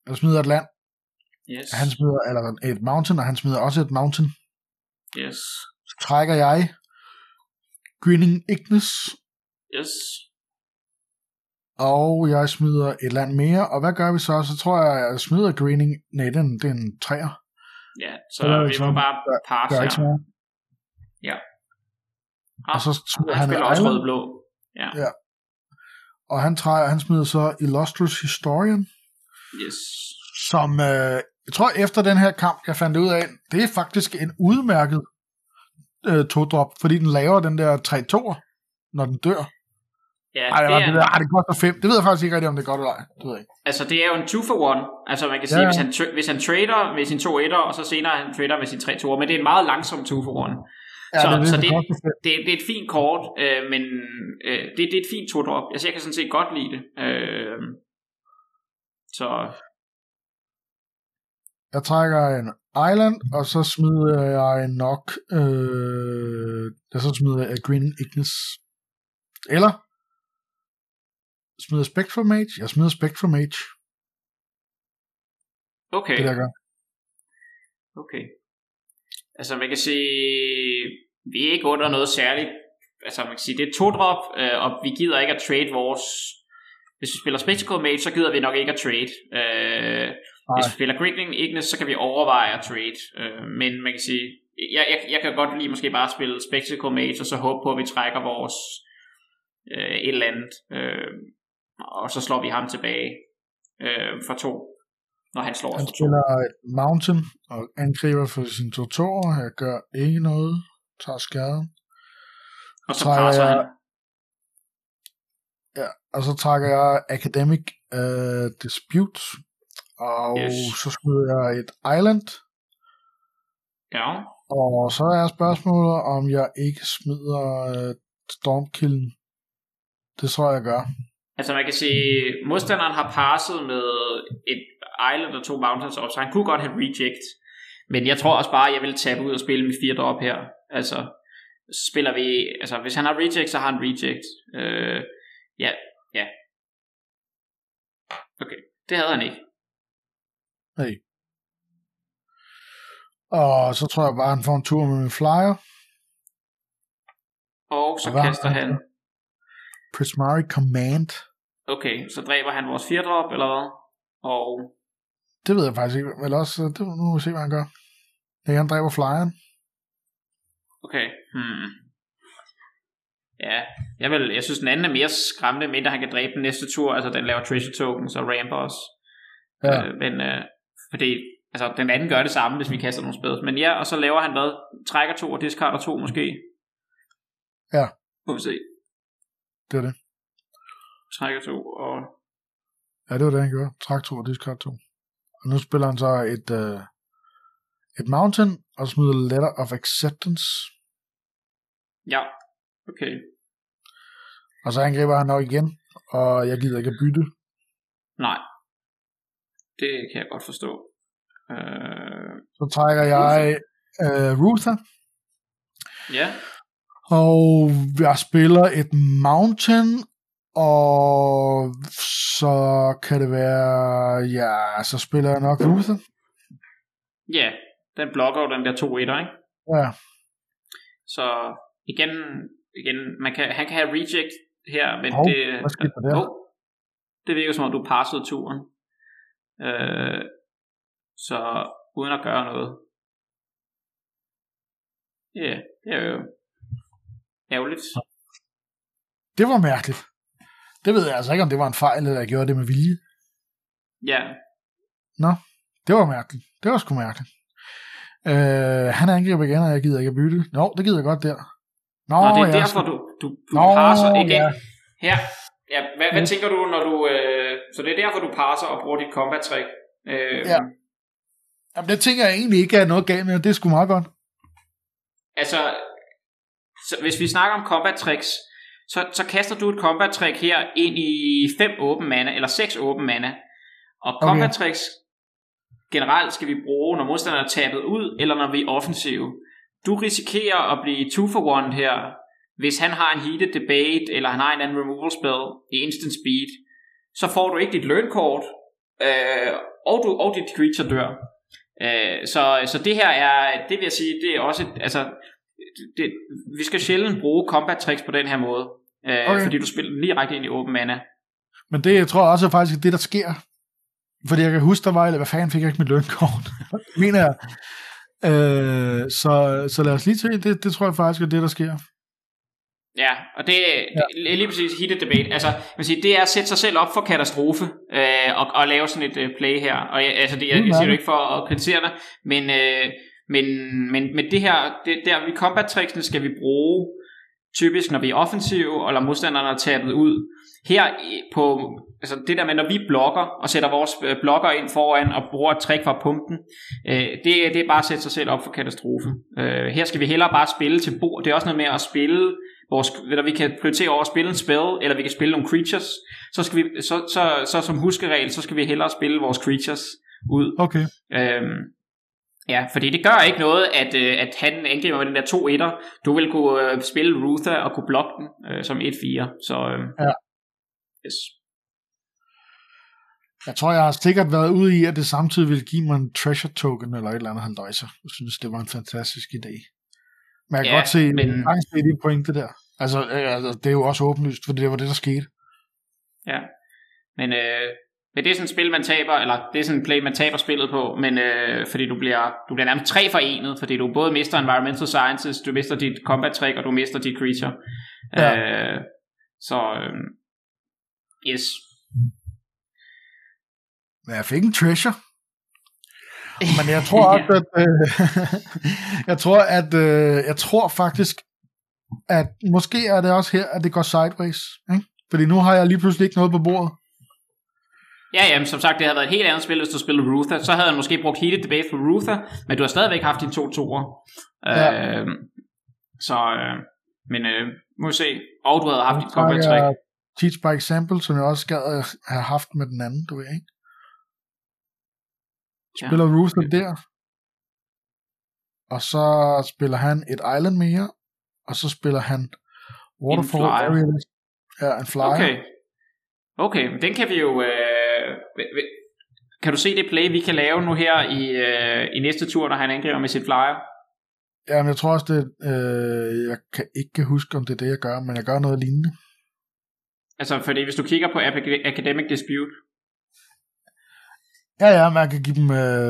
Jeg smider et land. Yes. Han smider, eller et mountain, og han smider også et mountain. Yes. Så trækker jeg Grinning Ignis. Yes. Og jeg smider et land mere. Og hvad gør vi så? Så tror jeg smider Grinning... Nej, det er en træer. Ja, så vi må bare passe her. Ja. Og så smider han spiller også rød-blå. Ja. Og han smider så Illustrious Historian. Yes. Som, jeg tror efter den her kamp, jeg fandt ud af, det er faktisk en udmærket 2-drop, fordi den laver den der 3-2'er, når den dør. Ja, det koster 5. Det ved jeg faktisk ikke rigtig, om det er godt eller ej. Det ved jeg ikke. Altså, det er jo en 2-for-1. Altså, man kan sige, hvis han trader med sin 2-1'er, og så senere han trader med sin 3-2'er, men det er en meget langsom 2-for-1. Ja, så det er et fint kort, men det er et fint 2-drop. Altså, jeg kan sådan set godt lide det. Så... Jeg trækker en Island, og så smider jeg nok... så smider jeg Green Ignis. Eller... Smider Spectral Mage? Jeg smider Spectral Mage. Okay. Det der gør. Okay. Altså man kan sige, vi er ikke under noget særligt. Altså man kan sige, det er 2-drop, og vi gider ikke at trade vores... Hvis vi spiller Spectral Mage, så gider vi nok ikke at trade. Hvis vi spiller Grinning Ignis, så kan vi overveje at trade. Men man kan sige, jeg kan godt lide måske bare spille Spectral Mage, og så håbe på, at vi trækker vores et eller andet. Og så slår vi ham tilbage for 2, når han slår os. Han spiller et mountain og angriber for sin 2-2'er. Jeg gør ikke noget. Tager skaden. Og så passer han. Ja, og så trækker jeg Academic Dispute. Og så smider jeg et Island. Ja. Og så er spørgsmålet, om jeg ikke smider Stormkilden. Det tror jeg gør. Altså man kan sige, modstanderen har passet med et Island og 2 Mountains op, så han kunne godt have reject. Men jeg tror også bare, at jeg vil tabe ud og spille med 4 drop her. Altså, så spiller vi... Altså, hvis han har reject, så har han reject. Ja. Okay, det havde han ikke. Nej. Og så tror jeg bare, han får en tur med min flyer. Og så kaster han... Prismari Command. Okay, så dræber han vores 4-drop, eller hvad? Og... Det ved jeg faktisk ikke. Eller også, nu må vi se, hvad han gør. Ja, han dræber flyeren. Okay. Ja, jeg synes, den anden er mere skræmmende, mindre han kan dræbe den næste tur. Altså, den laver treasure tokens og ramper os. Ja. Men fordi... Altså, den anden gør det samme, hvis vi kaster nogle spil. Men ja, og så laver han hvad? Trækker 2 og discarder 2 måske. Ja. Må vi se. Det er det. Trækker 2 og... Ja, det var det, han gjorde. Træk 2 og discard 2. Og nu spiller han så et mountain, og smider Letter of Acceptance. Ja, okay. Og så angriber han nok igen, og jeg gider ikke at bytte. Nej. Det kan jeg godt forstå. Så trækker jeg Ruther. Ja. Og jeg spiller et mountain, og så kan det være, ja, så spiller jeg nok Ruther. Ja, den blokker jo den der 2-1'er, ikke? Ja. Så igen han kan have reject her, men hvad skete der der? Det virker som om du passede turen. Så uden at gøre noget. Ja, det er jo ærgerligt. Det var mærkeligt. Det ved jeg altså ikke, om det var en fejl, eller jeg gjorde det med vilje. Ja. Nå, det var mærkeligt. Det var sgu mærkeligt. Han angriber igen, og jeg gider ikke at bytte. Nå, det gider jeg godt der. Nå, det er derfor, du passer igen. Ja. Her. Ja, hvad tænker du, når du... Så det er derfor, du passer og bruger dit combat-trick? Ja. Jamen, det tænker jeg egentlig ikke er noget galt med, det er sgu meget godt. Altså, så hvis vi snakker om combat tricks, så kaster du et combat trick her ind i 5 open mana, eller 6 open mana. Og combat tricks generelt skal vi bruge, når modstanderen er tabet ud, eller når vi er offensive. Du risikerer at blive 2-for-1 her, hvis han har en heated debate, eller han har en anden removal spell i instant speed. Så får du ikke dit learn kort, og dit creature dør. Så det her er, det vil jeg sige, det er også, altså, vi skal sjældent bruge combat tricks på den her måde, fordi du spiller lige direkte ind i åben mana. Men det jeg tror også er faktisk det, der sker. Fordi jeg kan huske, der var, eller hvad fanden fik jeg ikke mit lønkort? Mener jeg. Så lad os lige se, det tror jeg faktisk er det, der sker. Ja, og det er lige præcis heated debate. Altså, man siger, det er at sætte sig selv op for katastrofe, og lave sådan et play her. Og jeg siger jo ikke for at kritisere dig, men det her, der vi combat tricksene skal vi bruge typisk, når vi er offensive, eller modstanderne er tabet ud. Her på, altså det der med, når vi blokker, og sætter vores blokker ind foran, og bruger et trick fra pumpen, det er bare at sætte sig selv op for katastrofe. Her skal vi hellere bare spille til bord. Det er også noget med at spille vores, eller vi kan prioritere over at spille en spell, eller vi kan spille nogle creatures. Så skal vi, så som huskeregel, så skal vi hellere spille vores creatures ud. Okay. Ja, fordi det gør ikke noget, at han angriber med den der 2-1'er. Du vil kunne spille Rutha og kunne blokke den som 1-4. Så ja. Yes. Jeg tror, jeg har sikkert været ude i, at det samtidig ville give mig en treasure token eller et eller andet halvdøjser. Jeg synes, det var en fantastisk idé. Men jeg kan godt se, det er de pointe der. Altså, det er jo også åbenlyst, for det var det, der skete. Ja, men det er sådan et spil, man taber, eller det er sådan en play, man taber spillet på, men fordi du bliver nærmest 3 for 1, fordi du både mister Environmental Sciences, du mister dit combat trick, og du mister dit creature. Ja. Yes. Men jeg fik en treasure. Men jeg tror også, jeg tror faktisk, at måske er det også her, at det går sideways. Ikke? Fordi nu har jeg lige pludselig ikke noget på bordet. Ja, jamen, som sagt, det havde været et helt andet spil, hvis du spillede Rutha. Så havde han måske brugt Heated Debate for Rutha, men du har stadigvæk haft dine 2 toer. Men må vi se. Og du havde haft dit combat trick. Teach by example, som jeg også gad have haft med den anden, du ved ikke. Spiller Rutha der. Og så spiller han et island mere. Og så spiller han Waterfall. Ja, en flyer. Okay, men den kan vi jo... kan du se det play, vi kan lave nu her i næste tur, når han angriber med sit flyer? Ja, men jeg tror også, jeg kan ikke huske, om det er det, jeg gør, men jeg gør noget lignende. Altså, fordi hvis du kigger på Academic Dispute... Ja, man kan give dem...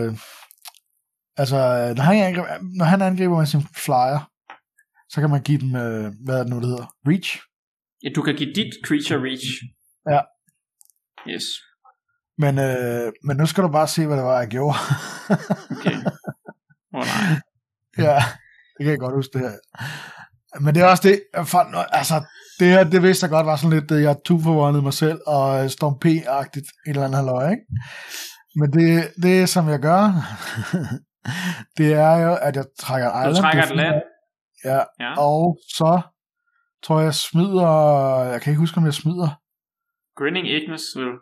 når han angriber med sin flyer, så kan man give dem, hvad er det nu, det hedder? Reach? Ja, du kan give dit creature reach. Ja. Yes. Men nu skal du bare se, hvad det var, jeg gjorde. Okay. Nej. Ja, det kan jeg godt huske det her. Men det er også det, altså, det her, det vidste jeg godt var sådan lidt, jeg two-for-one mig selv, og Storm P-agtigt, et eller andet halløj, ikke? Men det som jeg gør, det er jo, at jeg trækker Island. Du trækker et land. Ja, og så tror jeg smider, jeg kan ikke huske, om jeg smider. Grinning Ignis,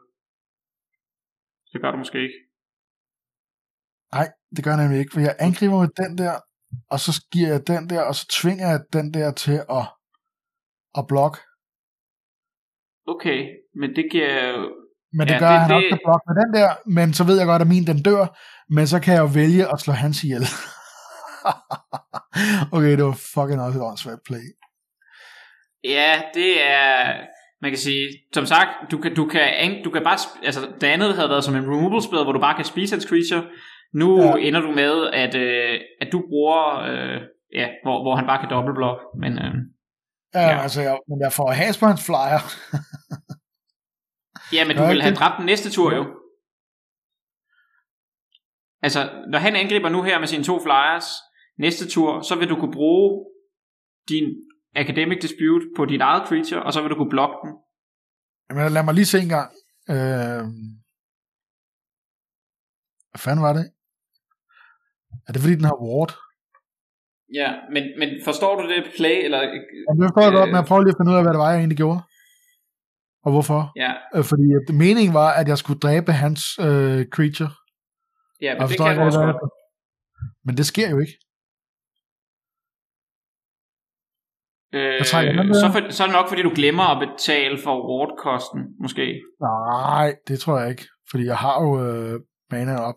det gør du måske ikke. Nej, det gør jeg nemlig ikke, for jeg angriber med den der, og så giver jeg den der, og så tvinger jeg den der til at blokke. Okay, men det giver... Men det gør han også til blokke med den der, men så ved jeg godt, at min den dør, men så kan jeg jo vælge at slå hans ihjel. Okay, det var fucking også et åndssvagt play. Ja, det er... Man kan sige, som sagt, du kan bare... Altså, det andet havde været som en removal-spil, hvor du bare kan spise hans creature. Nu ender du med, at du bruger... hvor han bare kan dobbeltblok. Men, altså, men jeg får has på hans flyer. Ja, men du vil have dræbt den næste tur jo. Altså, når han angriber nu her med sine 2 flyers, næste tur, så vil du kunne bruge din Academic Dispute på dit eget creature, og så vil du kunne blokke den. Jamen, lad mig lige se en gang. Hvad fanden var det? Er det fordi, den har ward? Ja, men forstår du det play? Eller, jamen, det forstår jeg godt, men jeg prøver lige at finde ud af, hvad det var, jeg egentlig gjorde. Og hvorfor? Ja. Fordi meningen var, at jeg skulle dræbe hans creature. Ja, men det kan jeg også godt. Men det sker jo ikke. Så er det nok, fordi du glemmer at betale for ward-kosten, måske. Nej, det tror jeg ikke. Fordi jeg har jo mana op.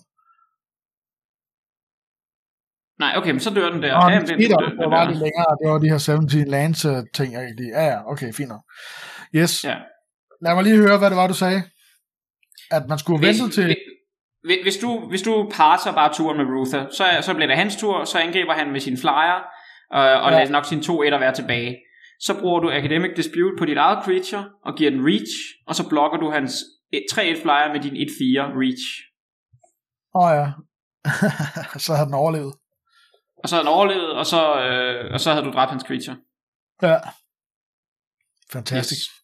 Nej, okay, men så dør den der. Nå, Ja, det var lidt længere, det var de her 17 lands ting, jeg ikke lige. Ja, okay, fint nok. Yes. Ja. Lad mig lige høre, hvad det var, du sagde. At man skulle vente til... Hvis du passer bare turen med Ruther, så bliver det hans tur, så angriber han med sin flyer, og lader nok sine 2 etter være tilbage. Så bruger du Academic Dispute på dit eget creature, og giver den reach, og så blokker du hans 3-1 flyer med din 1-4 reach. Ja. Så har den overlevet. Og så havde den overlevet, og så havde du dræbt hans creature. Ja. Fantastisk. Yes.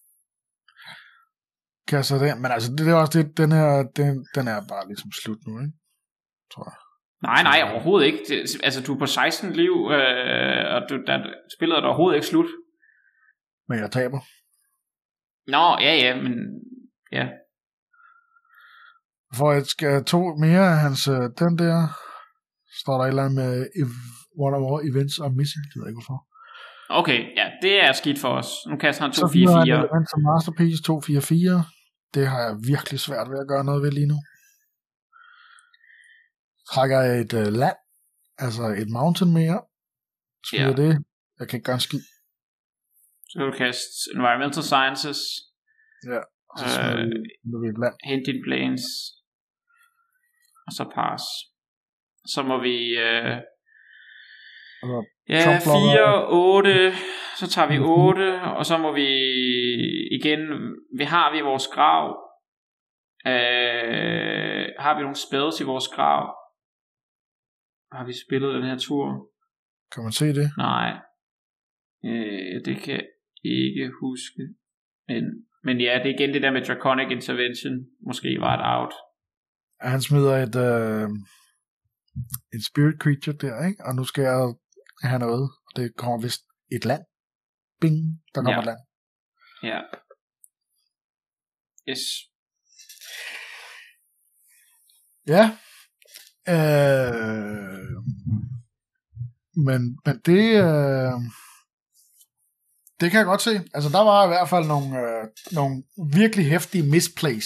Kan så det, men altså det er også det, den er bare ligesom slut nu, ikke? Tror jeg. Nej, overhovedet ikke. Altså du er på 16 liv, og spillet er overhovedet ikke slut. Men jeg taber. Nå, ja, men ja. For jeg skal 2 mere af hans, den der, står der et eller andet med one or more events are missing, det ved jeg ikke hvorfor. Okay, ja, det er skidt for os. Nu kaster han 2-4-4. Så finder han element som Masterpiece, 2-4-4. Det har jeg virkelig svært ved at gøre noget ved lige nu. Trækker jeg et land, altså et mountain mere. Smider det. Jeg kan ikke gøre en skid. Så kan du kaste Environmental Sciences. Ja. Så smider vi et land. Hent din planes. Og så pass. Så må vi... 4, 8. Så tager vi 8. Og så må vi igen... Har vi vores grav? Har vi nogle spells i vores grav? Har vi spillet den her tur? Kan man se det? Nej. Det kan jeg ikke huske. Men ja, det er igen det der med Draconic Intervention. Måske var et out. Han smider et spirit creature der, ikke? Og nu skal jeg have noget. Og det kommer vist et land. Bing, der kommer et land. Ja. Yes. Ja. Men det kan jeg godt se. Altså der var i hvert fald nogle virkelig heftige misplays.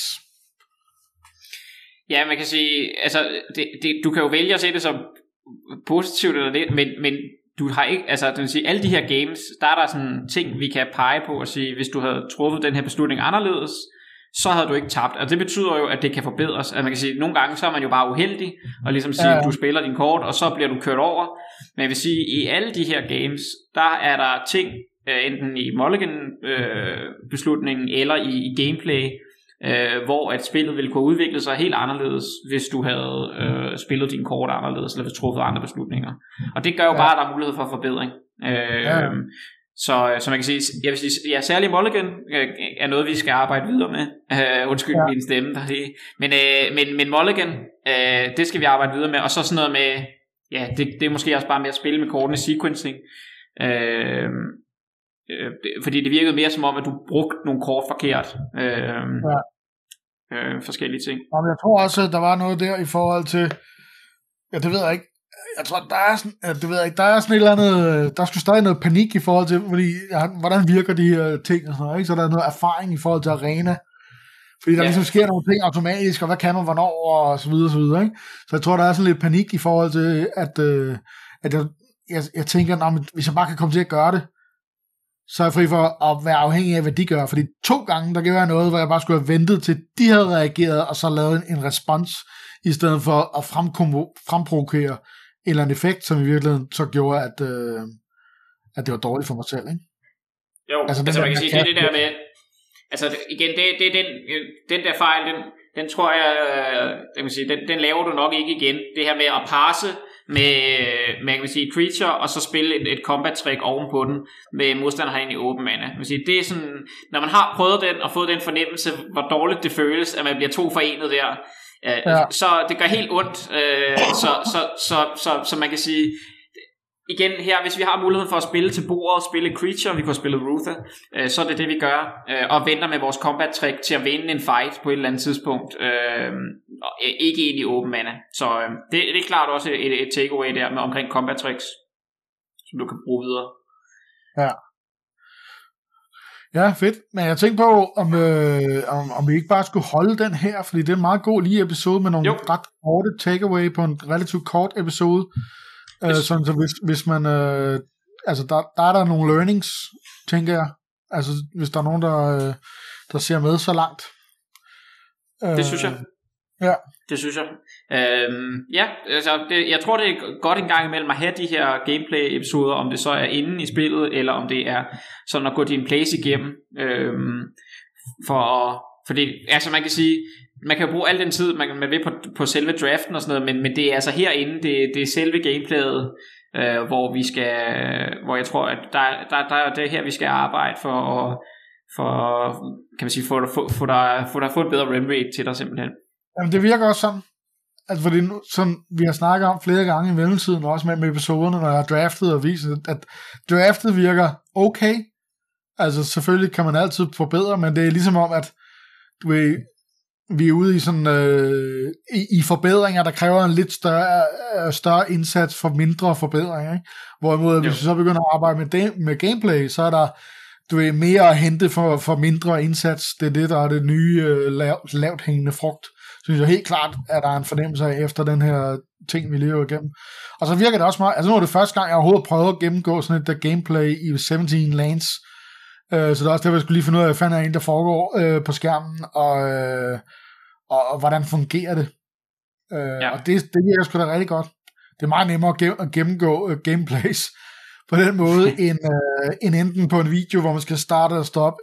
Ja, man kan sige, altså du kan jo vælge at se det som positivt eller det, men du har ikke, altså det vil sige, alle de her games, der er der sådan ting, vi kan pege på og sige, hvis du havde truffet den her beslutning anderledes, så havde du ikke tabt. Og det betyder jo, at det kan forbedres. Altså man kan sige, nogle gange så er man jo bare uheldig, og ligesom sige, du spiller din kort, og så bliver du kørt over. Men jeg vil sige, i alle de her games, der er der ting, enten i mulligan-beslutningen, eller i gameplay, hvor at spillet ville kunne udvikle sig helt anderledes, hvis du havde spillet din kort anderledes, eller hvis truffet andre beslutninger. Og det gør jo bare, at der er mulighed for forbedring. Så man kan sige, jeg vil sige, ja, særlig mulligan er noget, vi skal arbejde videre med. Undskyld min stemme der. Men mulligan, det skal vi arbejde videre med. Og så sådan noget med, ja, det er måske også bare med at spille med kortene sequencing. Fordi det virkede mere som om, at du brugte nogle kort forkert. Forskellige ting. Men jeg tror også, at der var noget der i forhold til, ja, det ved jeg ikke. Jeg tror, der er sådan, det ved jeg ikke, der er sådan et eller andet, der skulle stadig noget panik i forhold til, fordi, hvordan virker de her ting og sådan noget, ikke? Så der er noget erfaring i forhold til arena, fordi der ligesom sker nogle ting automatisk, og hvad kan man, hvornår, og så videre, ikke? Så jeg tror, der er sådan lidt panik i forhold til, at jeg tænker, hvis jeg bare kan komme til at gøre det, så er jeg fri for at være afhængig af, hvad de gør, fordi 2 gange, der gjorde jeg noget, hvor jeg bare skulle have ventet til, de havde reageret, og så lavet en respons, i stedet for at fremprovokere en eller anden effekt, som i virkeligheden så gjorde, at det var dårligt for mig selv, ikke? Jo, altså man kan sige, det er det der med, altså igen, det er den der fejl, den tror jeg kan sige, den laver du nok ikke igen, det her med at passe med man kan sige, creature, og så spille et combat trick ovenpå den, med modstanderen herinde i åben mana. Man kan sige, det er sådan, når man har prøvet den, og fået den fornemmelse, hvor dårligt det føles, at man bliver 2 forenet der, så det gør helt ondt, så man kan sige, igen her, hvis vi har muligheden for at spille til bordet, spille creature, vi kan spille Ruther, så er det vi gør, og venter med vores combat trick til at vinde en fight på et eller andet tidspunkt, ikke ind i åben mana. Så det er klart også et takeaway der med omkring combat tricks, som du kan bruge videre. Ja, fedt. Men jeg tænkte på, om vi ikke bare skulle holde den her, fordi det er en meget god lige episode med nogle ret korte takeaway på en relativt kort episode. Sådan så hvis man... altså, der er der nogle learnings, tænker jeg. Altså, hvis der er nogen, der ser med så langt. Det synes jeg. Ja. Det synes jeg. Altså, jeg tror, det er godt en gang imellem at have de her gameplay-episoder, om det så er inde i spillet, eller om det er sådan at gå din place igennem. Fordi, altså man kan sige, man kan jo bruge al den tid, man vil på selve draften og sådan noget, men det er altså herinde, det er selve gameplayet, hvor jeg tror, at det er her, vi skal arbejde for kan man sige, få dig få et bedre run rate til dig simpelthen. Jamen det virker også sådan, altså fordi som vi har snakket om flere gange i mellemtiden, også med episoderne, når jeg har draftet og vist, at draftet virker okay. Altså selvfølgelig kan man altid forbedre, men det er ligesom om, at vi er ude i sådan i forbedringer, der kræver en lidt større indsats for mindre forbedringer, ikke? Hvorimod hvis vi så begynder at arbejde med gameplay, så er der mere at hente for mindre indsats. Det er det, der er det nye lavt hængende frugt. Synes jeg helt klart, at der er en fornemmelse af efter den her ting, vi lever igennem. Og så virker det også meget, altså nu er det første gang, jeg overhovedet prøvet at gennemgå sådan et der gameplay i 17 lanes. Så det er også det, jeg skulle lige finde ud af, hvad fanden er en, der foregår på skærmen, og hvordan fungerer det. Og det virker sgu da rigtig godt. Det er meget nemmere at gennemgå gameplays på den måde, end enten på en video, hvor man skal starte og stoppe,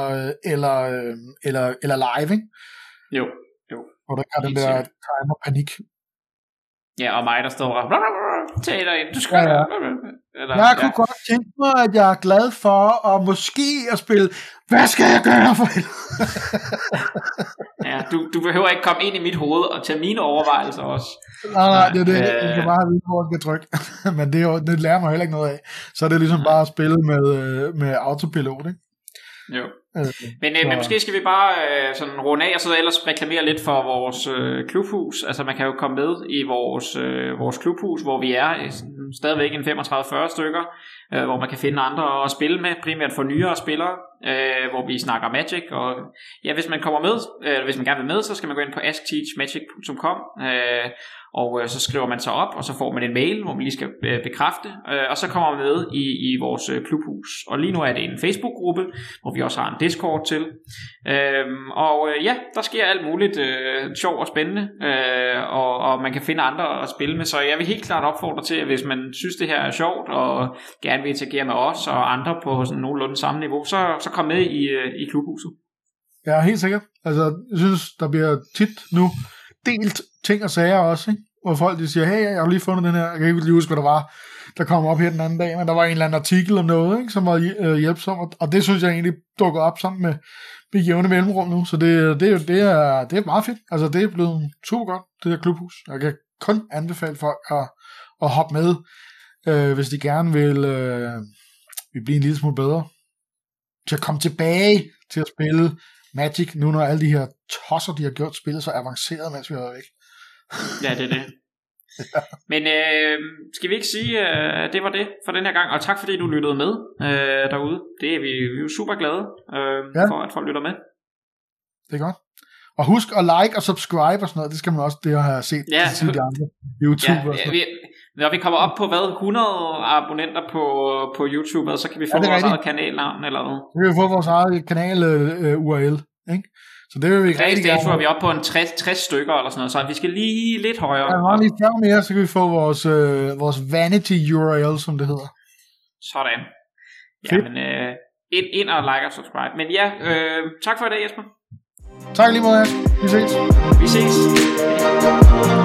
eller live, ikke? Jo. Hvor der er den der timer panik. Ja, og mig, der står og taler ind. Du skal jeg kunne godt tænke mig, at jeg er glad for at måske at spille, hvad skal jeg gøre for det? Ja, du behøver ikke komme ind i mit hoved og tage mine overvejelser også. Nej, det er det. Jeg kan bare vide, hvor jeg skal trykke. Men det lærer mig heller ikke noget af. Så er det ligesom bare at spille med autopilot, ikke? Jo. Men måske skal vi bare sådan runde af og så ellers reklamere lidt for vores klubhus. Altså man kan jo komme med i vores klubhus, hvor vi er stadigvæk en 35-40 stykker, hvor man kan finde andre at spille med, primært for nyere spillere, hvor vi snakker Magic. Og ja, hvis man kommer med, hvis man gerne vil med, så skal man gå ind på askteachmagic.com, og så skriver man sig op, og så får man en mail, hvor man lige skal bekræfte, og så kommer man med i vores klubhus. Og lige nu er det en Facebook-gruppe, hvor vi også har en Discord til. Ja, der sker alt muligt sjov og spændende, og man kan finde andre at spille med. Så jeg vil helt klart opfordre til, at hvis man synes, det her er sjovt, og gerne vil interagere med os og andre på sådan nogenlunde samme niveau, så kom med i klubhuset. Ja, helt sikkert. Altså, jeg synes, der bliver tit nu delt ting og sager også, ikke? Hvor folk de siger, hey, jeg har lige fundet den her, jeg kan ikke lige huske, hvad der var, der kom op her den anden dag, men der var en eller anden artikel om noget, ikke, som var hjælpsom, og det synes jeg egentlig dukker op sammen med jævne mellemrum nu, så det er meget fedt. Altså, det er blevet super godt, det her klubhus. Jeg kan kun anbefale folk at hoppe med, hvis de gerne vil blive en lille smule bedre, til at komme tilbage til at spille Magic, nu når alle de her tosser, de har gjort spillet så avanceret, mens vi var væk. Ja, det er det. Ja. Men skal vi ikke sige, at det var det for den her gang, og tak fordi du lyttede med derude. Det er vi er jo super glade for, at folk lytter med. Det er godt. Og husk at like og subscribe og sådan noget, det skal man også, det har jeg set til de andre YouTube. Ja, når vi kommer op på 100 abonnenter på YouTube, så kan vi få vores eget kanalnavn eller noget. Så kan vi få vores eget kanal URL, ikke? Så det vil vi ikke rigtig gerne. Så er vi oppe på en 60 stykker eller sådan noget, så vi skal lige lidt højere. Ja, lige 5 mere, så kan vi få vores vanity URL, som det hedder. Sådan. Jamen, ind og like og subscribe. Men ja, tak for i dag, Jesper. Tak lige meget, Asger. Vi ses. Vi ses.